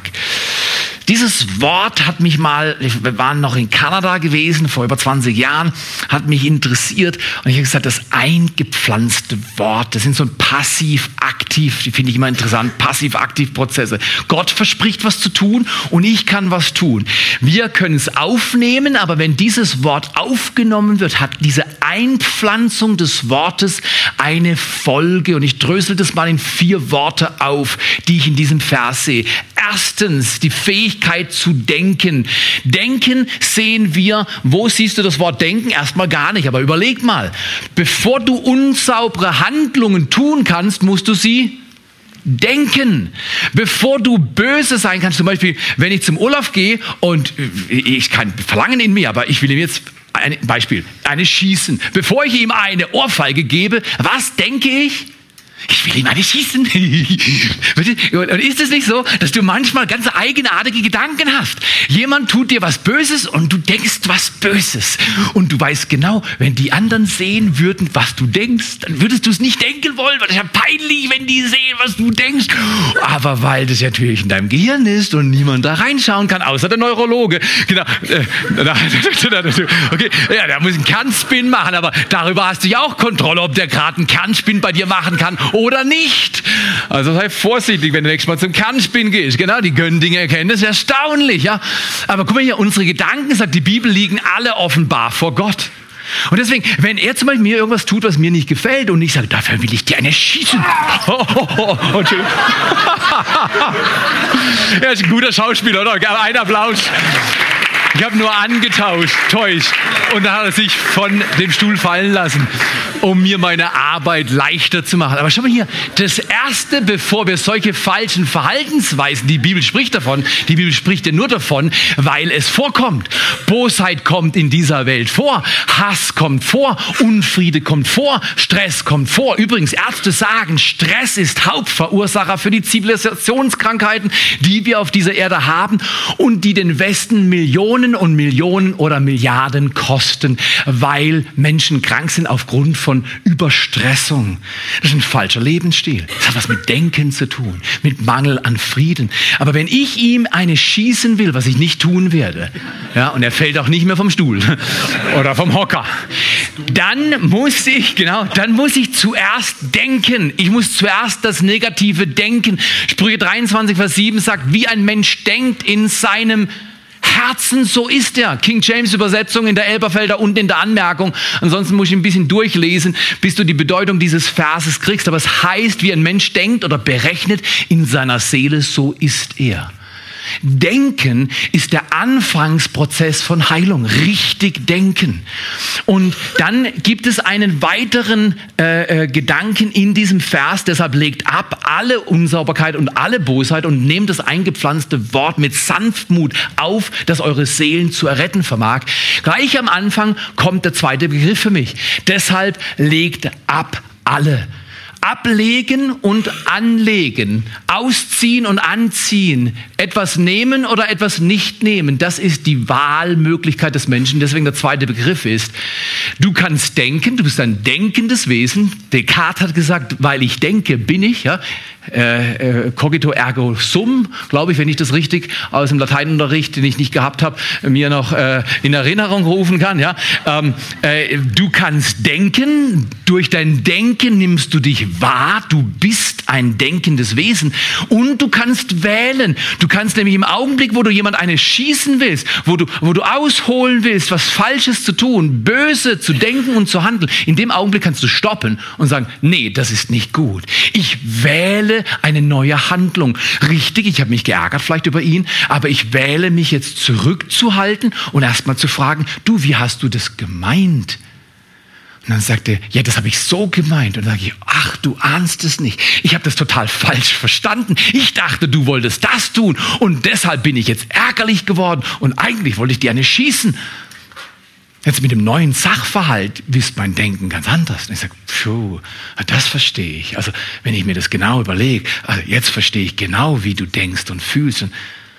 Dieses Wort hat mich mal, wir waren noch in Kanada gewesen, vor über zwanzig Jahren, hat mich interessiert und ich habe gesagt, das eingepflanzte Wort, das sind so ein passiv-aktiv, die finde ich immer interessant, passiv-aktiv-Prozesse. Gott verspricht was zu tun und ich kann was tun. Wir können es aufnehmen, aber wenn dieses Wort aufgenommen wird, hat diese Einpflanzung des Wortes eine Folge und ich drösel das mal in vier Worte auf, die ich in diesem Vers sehe. Erstens, die Fähigkeit zu denken. Denken sehen wir, wo siehst du das Wort denken? Erstmal gar nicht, aber überleg mal. Bevor du unsaubere Handlungen tun kannst, musst du sie denken. Bevor du böse sein kannst, zum Beispiel, wenn ich zum Olaf gehe und ich kann Verlangen in mir, aber ich will ihm jetzt ein Beispiel, eine schießen. Bevor ich ihm eine Ohrfeige gebe, was denke ich? Ich will ihm eine schießen. Und ist es nicht so, dass du manchmal ganz eigenartige Gedanken hast? Jemand tut dir was Böses und du denkst was Böses. Und du weißt genau, wenn die anderen sehen würden, was du denkst, dann würdest du es nicht denken wollen, weil es ja peinlich, wenn die sehen, was du denkst. Aber weil das natürlich in deinem Gehirn ist und niemand da reinschauen kann, außer der Neurologe. Genau. Okay, ja, der muss einen Kernspin machen, aber darüber hast du ja auch Kontrolle, ob der gerade einen Kernspin bei dir machen kann oder nicht. Also sei vorsichtig, wenn du nächstes Mal zum Kernspin gehst. Genau, die können Dinge erkennen, das ist erstaunlich. Ja? Aber guck mal hier, unsere Gedanken, sagt die Bibel, liegen alle offenbar vor Gott. Und deswegen, wenn er zum Beispiel mir irgendwas tut, was mir nicht gefällt und ich sage, dafür will ich dir eine schießen. Oh, oh, oh, oh, Entschuldigung. Er ist ein guter Schauspieler, oder? Ein Applaus. Ich habe nur angetauscht, täuscht. Und dann hat er sich von dem Stuhl fallen lassen, um mir meine Arbeit leichter zu machen. Aber schau mal hier, das Erste, bevor wir solche falschen Verhaltensweisen, die Bibel spricht davon, die Bibel spricht ja nur davon, weil es vorkommt. Bosheit kommt in dieser Welt vor, Hass kommt vor, Unfriede kommt vor, Stress kommt vor. Übrigens, Ärzte sagen, Stress ist Hauptverursacher für die Zivilisationskrankheiten, die wir auf dieser Erde haben und die den Westen Millionen Millionen und Millionen oder Milliarden kosten, weil Menschen krank sind aufgrund von Überstressung. Das ist ein falscher Lebensstil. Das hat was mit Denken zu tun, mit Mangel an Frieden. Aber wenn ich ihm eine schießen will, was ich nicht tun werde, ja, und er fällt auch nicht mehr vom Stuhl oder vom Hocker, dann muss ich, genau, dann muss ich zuerst denken. Ich muss zuerst das Negative denken. Sprüche dreiundzwanzig, Vers sieben sagt, wie ein Mensch denkt in seinem Herzen, so ist er. King James Übersetzung in der Elberfelder und in der Anmerkung. Ansonsten muss ich ein bisschen durchlesen, bis du die Bedeutung dieses Verses kriegst. Aber es heißt, wie ein Mensch denkt oder berechnet in seiner Seele, so ist er. Denken ist der Anfangsprozess von Heilung. Richtig denken. Und dann gibt es einen weiteren äh, äh, Gedanken in diesem Vers. Deshalb legt ab alle Unsauberkeit und alle Bosheit und nehmt das eingepflanzte Wort mit Sanftmut auf, das eure Seelen zu erretten vermag. Gleich am Anfang kommt der zweite Begriff für mich. Deshalb legt ab alle. Ablegen und anlegen, ausziehen und anziehen, etwas nehmen oder etwas nicht nehmen, das ist die Wahlmöglichkeit des Menschen. Deswegen der zweite Begriff ist, du kannst denken, du bist ein denkendes Wesen. Descartes hat gesagt, weil ich denke, bin ich. Ja? Äh, äh, cogito ergo sum, glaube ich, wenn ich das richtig aus dem Lateinunterricht, den ich nicht gehabt habe, mir noch äh, in Erinnerung rufen kann. Ja? Ähm, äh, du kannst denken, durch dein Denken nimmst du dich wahr, du bist ein denkendes Wesen und du kannst wählen. Du kannst nämlich im Augenblick, wo du jemand eine schießen willst, wo du, wo du ausholen willst, was Falsches zu tun, böse zu denken und zu handeln, in dem Augenblick kannst du stoppen und sagen, nee, das ist nicht gut. Ich wähle eine neue Handlung. Richtig, ich habe mich geärgert vielleicht über ihn, aber ich wähle mich jetzt zurückzuhalten und erstmal zu fragen, du, wie hast du das gemeint? Und dann sagt er, ja, das habe ich so gemeint. Und dann sage ich, ach, du ahnst es nicht. Ich habe das total falsch verstanden. Ich dachte, du wolltest das tun und deshalb bin ich jetzt ärgerlich geworden und eigentlich wollte ich dir eine schießen. Jetzt mit dem neuen Sachverhalt ist mein Denken ganz anders. Und ich sage, pfuh, das verstehe ich. Also wenn ich mir das genau überlege, also jetzt verstehe ich genau, wie du denkst und fühlst. Und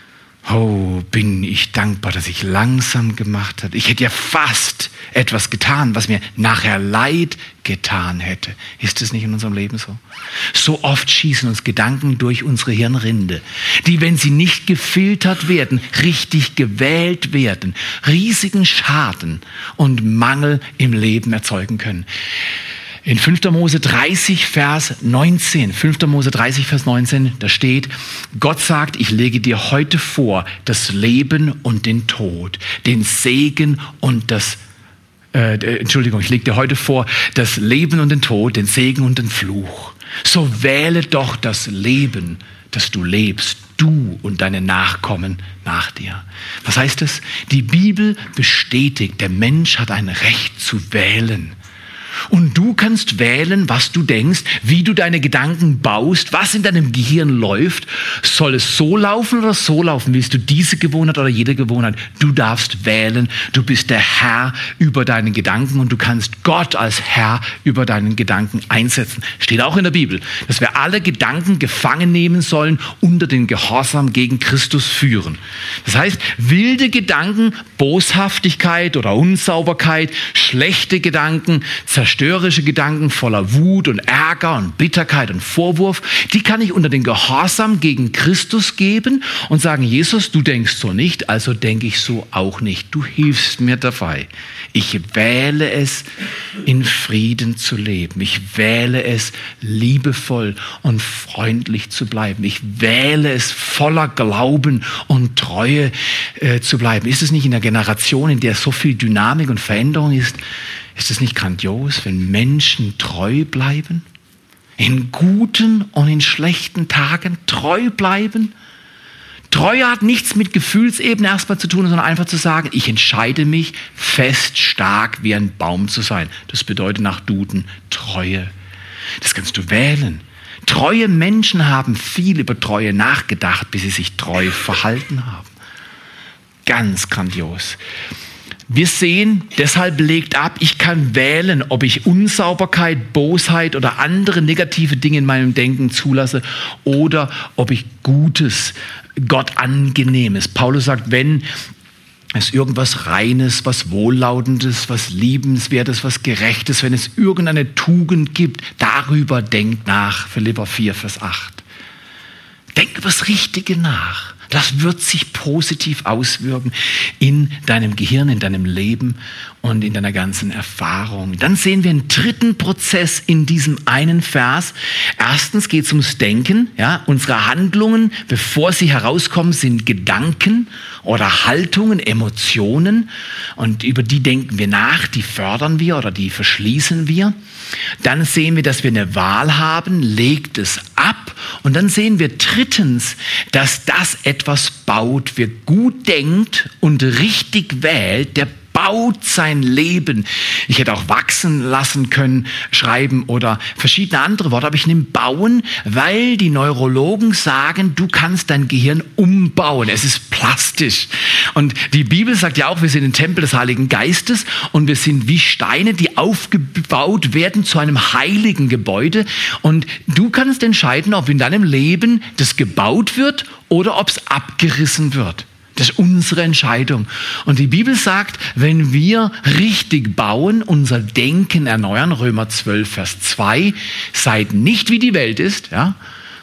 oh, bin ich dankbar, dass ich langsam gemacht habe. Ich hätte ja fast etwas getan, was mir nachher Leid getan hätte. Ist es nicht in unserem Leben so? So oft schießen uns Gedanken durch unsere Hirnrinde, die, wenn sie nicht gefiltert werden, richtig gewählt werden, riesigen Schaden und Mangel im Leben erzeugen können. In fünfter Mose dreißig, Vers neunzehn, fünfter Mose dreißig, Vers neunzehn, da steht, Gott sagt, ich lege dir heute vor das Leben und den Tod, den Segen und das, äh, Entschuldigung, ich lege dir heute vor das Leben und den Tod, den Segen und den Fluch. So wähle doch das Leben, das du lebst, du und deine Nachkommen nach dir. Was heißt das? Die Bibel bestätigt, der Mensch hat ein Recht zu wählen. Und du kannst wählen, was du denkst, wie du deine Gedanken baust, was in deinem Gehirn läuft. Soll es so laufen oder so laufen? Willst du diese Gewohnheit oder jede Gewohnheit? Du darfst wählen. Du bist der Herr über deine Gedanken und du kannst Gott als Herr über deinen Gedanken einsetzen. Steht auch in der Bibel, dass wir alle Gedanken gefangen nehmen sollen, unter den Gehorsam gegen Christus führen. Das heißt, wilde Gedanken, Boshaftigkeit oder Unsauberkeit, schlechte Gedanken, zerstörerische Gedanken voller Wut und Ärger und Bitterkeit und Vorwurf, die kann ich unter den Gehorsam gegen Christus geben und sagen, Jesus, du denkst so nicht, also denke ich so auch nicht. Du hilfst mir dabei. Ich wähle es, in Frieden zu leben. Ich wähle es, liebevoll und freundlich zu bleiben. Ich wähle es, voller Glauben und Treue äh, zu bleiben. Ist es nicht in der Generation, in der so viel Dynamik und Veränderung ist, ist es nicht grandios, wenn Menschen treu bleiben? In guten und in schlechten Tagen treu bleiben? Treue hat nichts mit Gefühlsebene erstmal zu tun, sondern einfach zu sagen, ich entscheide mich, fest, stark wie ein Baum zu sein. Das bedeutet nach Duden Treue. Das kannst du wählen. Treue Menschen haben viel über Treue nachgedacht, bis sie sich treu verhalten haben. Ganz grandios. Wir sehen, deshalb legt ab, ich kann wählen, ob ich Unsauberkeit, Bosheit oder andere negative Dinge in meinem Denken zulasse oder ob ich Gutes, Gott Angenehmes. Paulus sagt, wenn es irgendwas Reines, was Wohllautendes, was Liebenswertes, was Gerechtes, wenn es irgendeine Tugend gibt, darüber denkt nach. Philipper vier, Vers acht. Denk über das Richtige nach. Das wird sich positiv auswirken in deinem Gehirn, in deinem Leben und in deiner ganzen Erfahrung. Dann sehen wir einen dritten Prozess in diesem einen Vers. Erstens geht es ums Denken. Ja, unsere Handlungen, bevor sie herauskommen, sind Gedanken oder Haltungen, Emotionen. Und über die denken wir nach, die fördern wir oder die verschließen wir. Dann sehen wir, dass wir eine Wahl haben, legt es ab. Und dann sehen wir drittens, dass das etwas baut. Wer gut denkt und richtig wählt, der baut sein Leben. Ich hätte auch wachsen lassen können, schreiben oder verschiedene andere Worte, aber ich nehme bauen, weil die Neurologen sagen, du kannst dein Gehirn umbauen. Es ist plastisch. Und die Bibel sagt ja auch, wir sind ein Tempel des Heiligen Geistes und wir sind wie Steine, die aufgebaut werden zu einem heiligen Gebäude. Und du kannst entscheiden, ob in deinem Leben das gebaut wird oder ob es abgerissen wird. Das ist unsere Entscheidung. Und die Bibel sagt, wenn wir richtig bauen, unser Denken erneuern, Römer zwölf, Vers zwei, seid nicht wie die Welt ist, ja,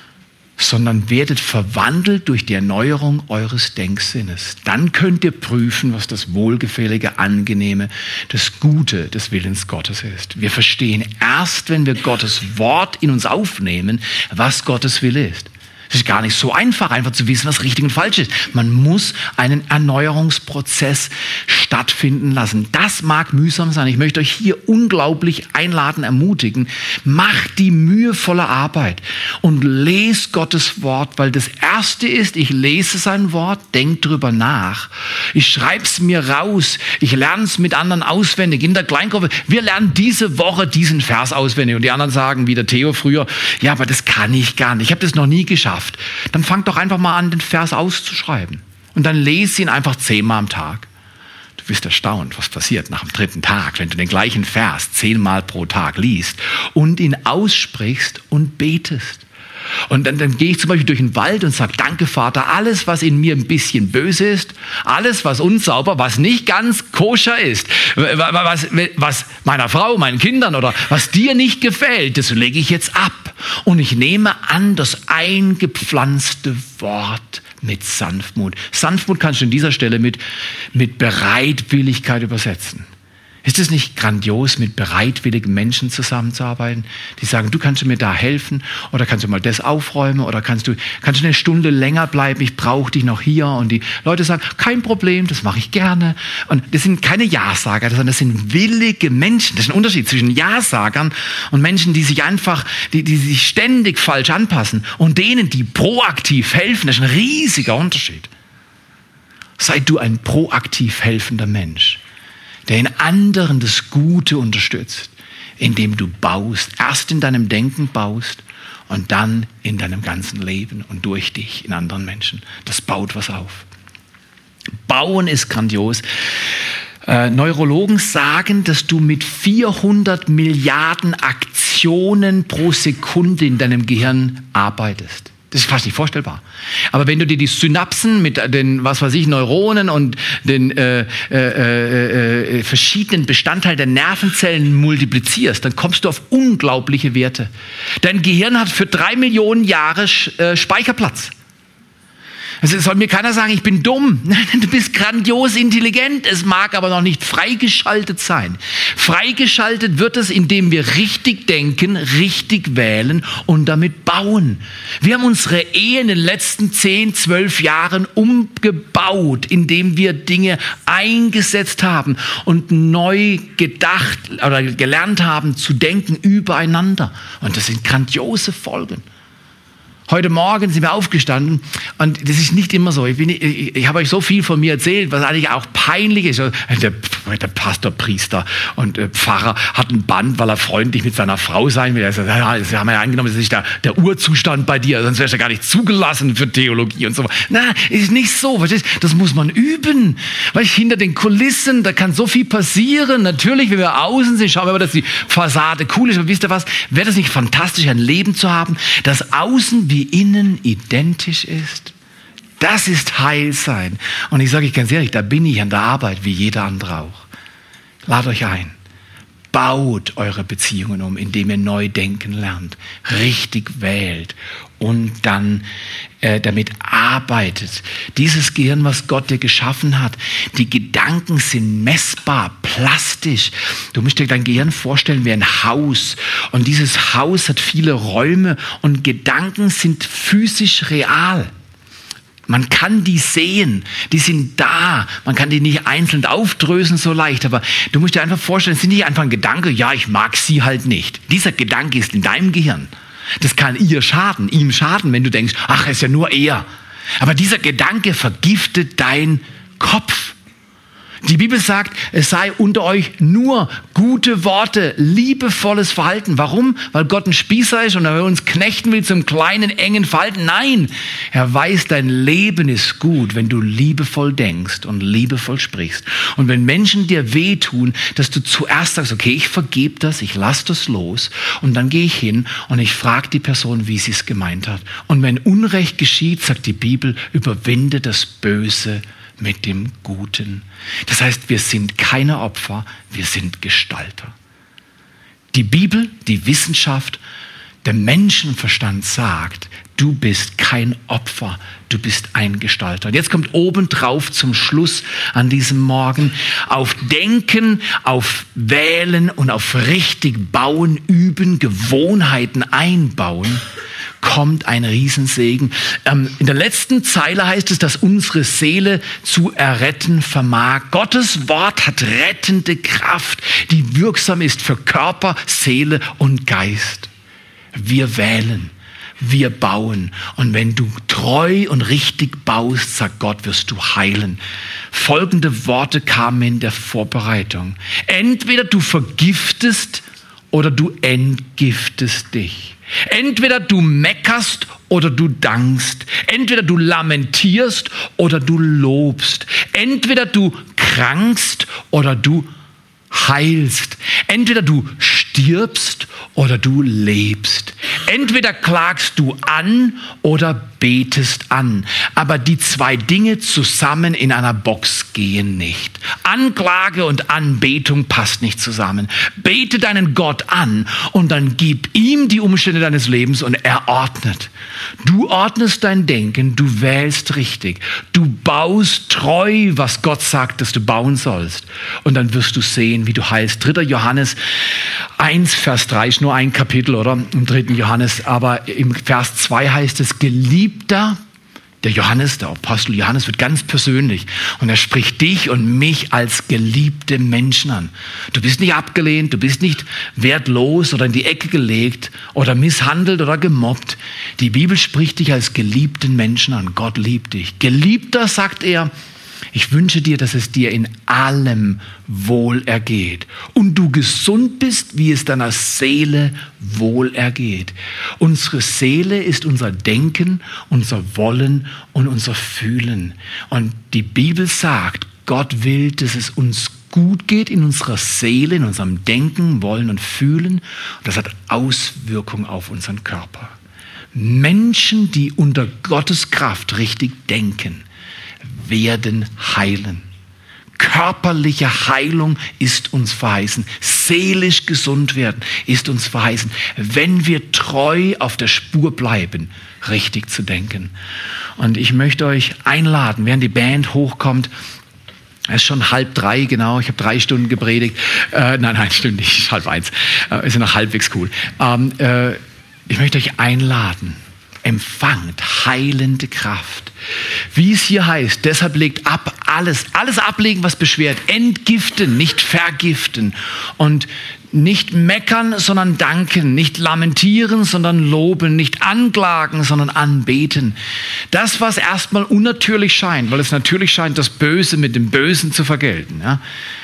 sondern werdet verwandelt durch die Erneuerung eures Denksinnes. Dann könnt ihr prüfen, was das Wohlgefällige, Angenehme, das Gute des Willens Gottes ist. Wir verstehen erst, wenn wir Gottes Wort in uns aufnehmen, was Gottes Wille ist. Es ist gar nicht so einfach, einfach zu wissen, was richtig und falsch ist. Man muss einen Erneuerungsprozess stattfinden lassen. Das mag mühsam sein. Ich möchte euch hier unglaublich einladen, ermutigen. Macht die mühevolle Arbeit und lest Gottes Wort, weil das Erste ist, ich lese sein Wort, denkt drüber nach. Ich schreibe es mir raus. Ich lerne es mit anderen auswendig. In der Kleingruppe, wir lernen diese Woche diesen Vers auswendig. Und die anderen sagen, wie der Theo früher, ja, aber das kann ich gar nicht. Ich habe das noch nie geschafft. Dann fang doch einfach mal an, den Vers auszuschreiben. Und dann lese ihn einfach zehnmal am Tag. Du wirst erstaunt, was passiert nach dem dritten Tag, wenn du den gleichen Vers zehnmal pro Tag liest und ihn aussprichst und betest. Und dann, dann gehe ich zum Beispiel durch den Wald und sage, danke Vater, alles, was in mir ein bisschen böse ist, alles, was unsauber, was nicht ganz koscher ist, was, was meiner Frau, meinen Kindern oder was dir nicht gefällt, das lege ich jetzt ab. Und ich nehme an das eingepflanzte Wort mit Sanftmut. Sanftmut kannst du an dieser Stelle mit, mit Bereitwilligkeit übersetzen. Ist es nicht grandios, mit bereitwilligen Menschen zusammenzuarbeiten, die sagen, du kannst mir da helfen oder kannst du mal das aufräumen oder kannst du, kannst du eine Stunde länger bleiben, ich brauche dich noch hier. Und die Leute sagen, kein Problem, das mache ich gerne. Und das sind keine Ja-Sager, sondern das sind willige Menschen. Das ist ein Unterschied zwischen Ja-Sagern und Menschen, die sich einfach, die, die sich ständig falsch anpassen und denen, die proaktiv helfen. Das ist ein riesiger Unterschied. Sei du ein proaktiv helfender Mensch, der in anderen das Gute unterstützt, indem du baust, erst in deinem Denken baust und dann in deinem ganzen Leben und durch dich in anderen Menschen. Das baut was auf. Bauen ist grandios. Äh, Neurologen sagen, dass du mit vierhundert Milliarden Aktionen pro Sekunde in deinem Gehirn arbeitest. Das ist fast nicht vorstellbar. Aber wenn du dir die Synapsen mit den, was weiß ich, Neuronen und den äh, äh, äh, verschiedenen Bestandteilen der Nervenzellen multiplizierst, dann kommst du auf unglaubliche Werte. Dein Gehirn hat für drei Millionen Jahre äh, Speicherplatz. Also es soll mir keiner sagen, ich bin dumm. Nein, du bist grandios intelligent. Es mag aber noch nicht freigeschaltet sein. Freigeschaltet wird es, indem wir richtig denken, richtig wählen und damit bauen. Wir haben unsere Ehe in den letzten zehn, zwölf Jahren umgebaut, indem wir Dinge eingesetzt haben und neu gedacht oder gelernt haben zu denken übereinander. Und das sind grandiose Folgen. Heute Morgen sind wir aufgestanden und das ist nicht immer so. Ich, bin, ich, ich habe euch so viel von mir erzählt, was eigentlich auch peinlich ist. Der, der Pastor, Priester und äh, Pfarrer hat ein Band, weil er freundlich mit seiner Frau sein will. Er sagt, ja, das haben wir ja angenommen, das ist nicht der, der Urzustand bei dir, sonst wärst du ja gar nicht zugelassen für Theologie und so. Nein, ist nicht so. Verstehst? Das muss man üben. Weil hinter den Kulissen, da kann so viel passieren. Natürlich, wenn wir außen sind, schauen wir mal, dass die Fassade cool ist. Aber wisst ihr was? Wäre das nicht fantastisch, ein Leben zu haben, das außen wie innen identisch ist? Das ist Heilsein. Und ich sage euch ganz ehrlich, da bin ich an der Arbeit wie jeder andere auch. Lad euch ein. Baut eure Beziehungen um, indem ihr neu denken lernt, richtig wählt und dann äh, damit arbeitet. Dieses Gehirn, was Gott dir geschaffen hat, die Gedanken sind messbar, plastisch. Du musst dir dein Gehirn vorstellen wie ein Haus. Und dieses Haus hat viele Räume und Gedanken sind physisch real. Man kann die sehen, die sind da. Man kann die nicht einzeln aufdröseln so leicht, aber du musst dir einfach vorstellen, es sind nicht einfach ein Gedanke, ja, ich mag sie halt nicht. Dieser Gedanke ist in deinem Gehirn. Das kann ihr schaden, ihm schaden, wenn du denkst, ach, es ist ja nur er. Aber dieser Gedanke vergiftet deinen Kopf. Die Bibel sagt, es sei unter euch nur gute Worte, liebevolles Verhalten. Warum? Weil Gott ein Spießer ist und er uns knechten will zum kleinen, engen Verhalten. Nein, er weiß, dein Leben ist gut, wenn du liebevoll denkst und liebevoll sprichst. Und wenn Menschen dir wehtun, dass du zuerst sagst, okay, ich vergebe das, ich lasse das los und dann gehe ich hin und ich frage die Person, wie sie es gemeint hat. Und wenn Unrecht geschieht, sagt die Bibel, überwinde das Böse mit dem Guten. Das heißt, wir sind keine Opfer, wir sind Gestalter. Die Bibel, die Wissenschaft, der Menschenverstand sagt, du bist kein Opfer, du bist ein Gestalter. Und jetzt kommt obendrauf zum Schluss an diesem Morgen auf Denken, auf Wählen und auf richtig bauen, üben, Gewohnheiten einbauen, kommt ein Riesensegen. Ähm, in der letzten Zeile heißt es, dass unsere Seele zu erretten vermag. Gottes Wort hat rettende Kraft, die wirksam ist für Körper, Seele und Geist. Wir wählen, wir bauen. Und wenn du treu und richtig baust, sagt Gott, wirst du heilen. Folgende Worte kamen in der Vorbereitung. Entweder du vergiftest oder du entgiftest dich. Entweder du meckerst oder du dankst. Entweder du lamentierst oder du lobst. Entweder du krankst oder du heilst. Entweder du stirbst oder du lebst. Entweder klagst du an oder betest an. Aber die zwei Dinge zusammen in einer Box gehen nicht. Anklage und Anbetung passt nicht zusammen. Bete deinen Gott an und dann gib ihm die Umstände deines Lebens und er ordnet. Du ordnest dein Denken, du wählst richtig. Du baust treu, was Gott sagt, dass du bauen sollst. Und dann wirst du sehen, wie du heilst. dritter Johannes eins, Vers drei ist nur ein Kapitel, oder? Im dritten Johannes. Aber im Vers zwei heißt es, Geliebter, der Johannes, der Apostel Johannes wird ganz persönlich und er spricht dich und mich als geliebte Menschen an. Du bist nicht abgelehnt, du bist nicht wertlos oder in die Ecke gelegt oder misshandelt oder gemobbt. Die Bibel spricht dich als geliebten Menschen an. Gott liebt dich. Geliebter, sagt er, ich wünsche dir, dass es dir in allem wohl ergeht und du gesund bist, wie es deiner Seele wohl ergeht. Unsere Seele ist unser Denken, unser Wollen und unser Fühlen. Und die Bibel sagt, Gott will, dass es uns gut geht in unserer Seele, in unserem Denken, Wollen und Fühlen. Und das hat Auswirkungen auf unseren Körper. Menschen, die unter Gottes Kraft richtig denken, werden heilen. Körperliche Heilung ist uns verheißen. Seelisch gesund werden ist uns verheißen. Wenn wir treu auf der Spur bleiben, richtig zu denken. Und ich möchte euch einladen, während die Band hochkommt, es ist schon halb drei, genau, ich habe drei Stunden gepredigt. Äh, nein, nein, stimmt nicht, halb eins. Äh, ist ja noch halbwegs cool. Ähm, äh, ich möchte euch einladen. Empfangt heilende Kraft. Wie es hier heißt, deshalb legt ab alles, alles ablegen, was beschwert. Entgiften, nicht vergiften. Und nicht meckern, sondern danken. Nicht lamentieren, sondern loben. Nicht anklagen, sondern anbeten. Das, was erstmal unnatürlich scheint, weil es natürlich scheint, das Böse mit dem Bösen zu vergelten, ja,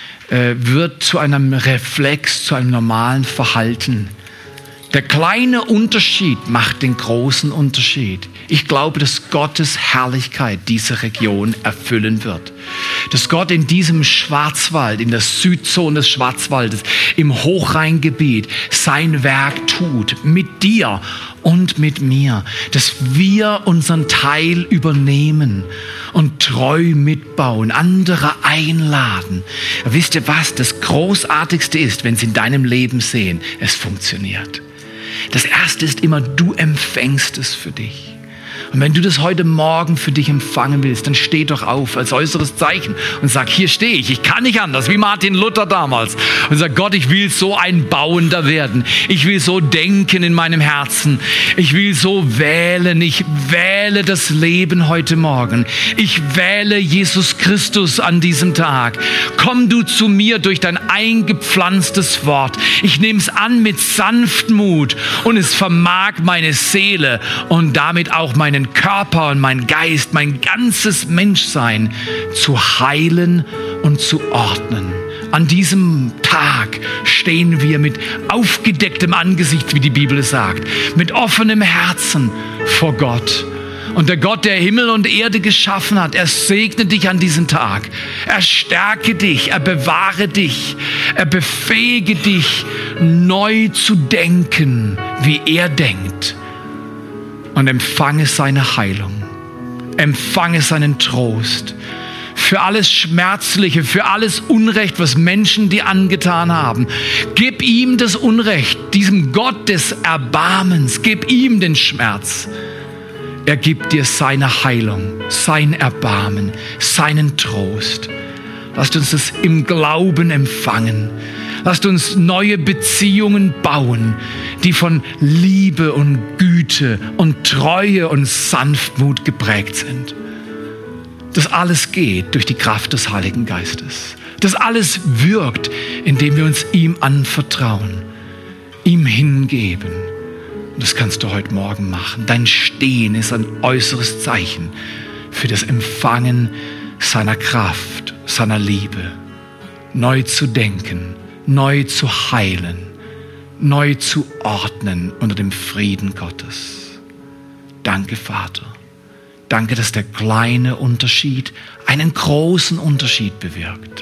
wird zu einem Reflex, zu einem normalen Verhalten. Der kleine Unterschied macht den großen Unterschied. Ich glaube, dass Gottes Herrlichkeit diese Region erfüllen wird. Dass Gott in diesem Schwarzwald, in der Südzone des Schwarzwaldes, im Hochrheingebiet sein Werk tut. Mit dir und mit mir, dass wir unseren Teil übernehmen und treu mitbauen, andere einladen. Wisst ihr was? Das Großartigste ist, wenn sie in deinem Leben sehen, es funktioniert. Das Erste ist immer, du empfängst es für dich. Und wenn du das heute Morgen für dich empfangen willst, dann steh doch auf als äußeres Zeichen und sag, hier stehe ich, ich kann nicht anders, wie Martin Luther damals. Und sag, Gott, ich will so ein Bauender werden. Ich will so denken in meinem Herzen. Ich will so wählen. Ich wähle das Leben heute Morgen. Ich wähle Jesus Christus an diesem Tag. Komm du zu mir durch dein eingepflanztes Wort. Ich nehme es an mit Sanftmut und es vermag meine Seele und damit auch meine Körper und mein Geist, mein ganzes Menschsein zu heilen und zu ordnen. An diesem Tag stehen wir mit aufgedecktem Angesicht, wie die Bibel sagt, mit offenem Herzen vor Gott. Und der Gott, der Himmel und Erde geschaffen hat, er segne dich an diesem Tag. Er stärke dich, er bewahre dich, er befähige dich, neu zu denken, wie er denkt. Und empfange seine Heilung, empfange seinen Trost für alles Schmerzliche, für alles Unrecht, was Menschen dir angetan haben. Gib ihm das Unrecht, diesem Gott des Erbarmens, gib ihm den Schmerz. Er gibt dir seine Heilung, sein Erbarmen, seinen Trost. Lasst uns das im Glauben empfangen. Lasst uns neue Beziehungen bauen, die von Liebe und Güte und Treue und Sanftmut geprägt sind. Das alles geht durch die Kraft des Heiligen Geistes. Das alles wirkt, indem wir uns ihm anvertrauen, ihm hingeben. Und das kannst du heute Morgen machen. Dein Stehen ist ein äußeres Zeichen für das Empfangen seiner Kraft, seiner Liebe. Neu zu denken, neu zu heilen, neu zu ordnen unter dem Frieden Gottes. Danke, Vater. Danke, dass der kleine Unterschied einen großen Unterschied bewirkt.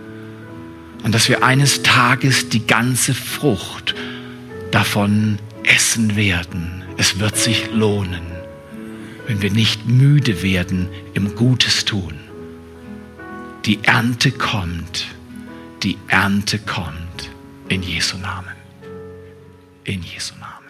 Und dass wir eines Tages die ganze Frucht davon essen werden. Es wird sich lohnen, wenn wir nicht müde werden im Gutes tun. Die Ernte kommt. Die Ernte kommt in Jesu Namen. In Jesu Namen.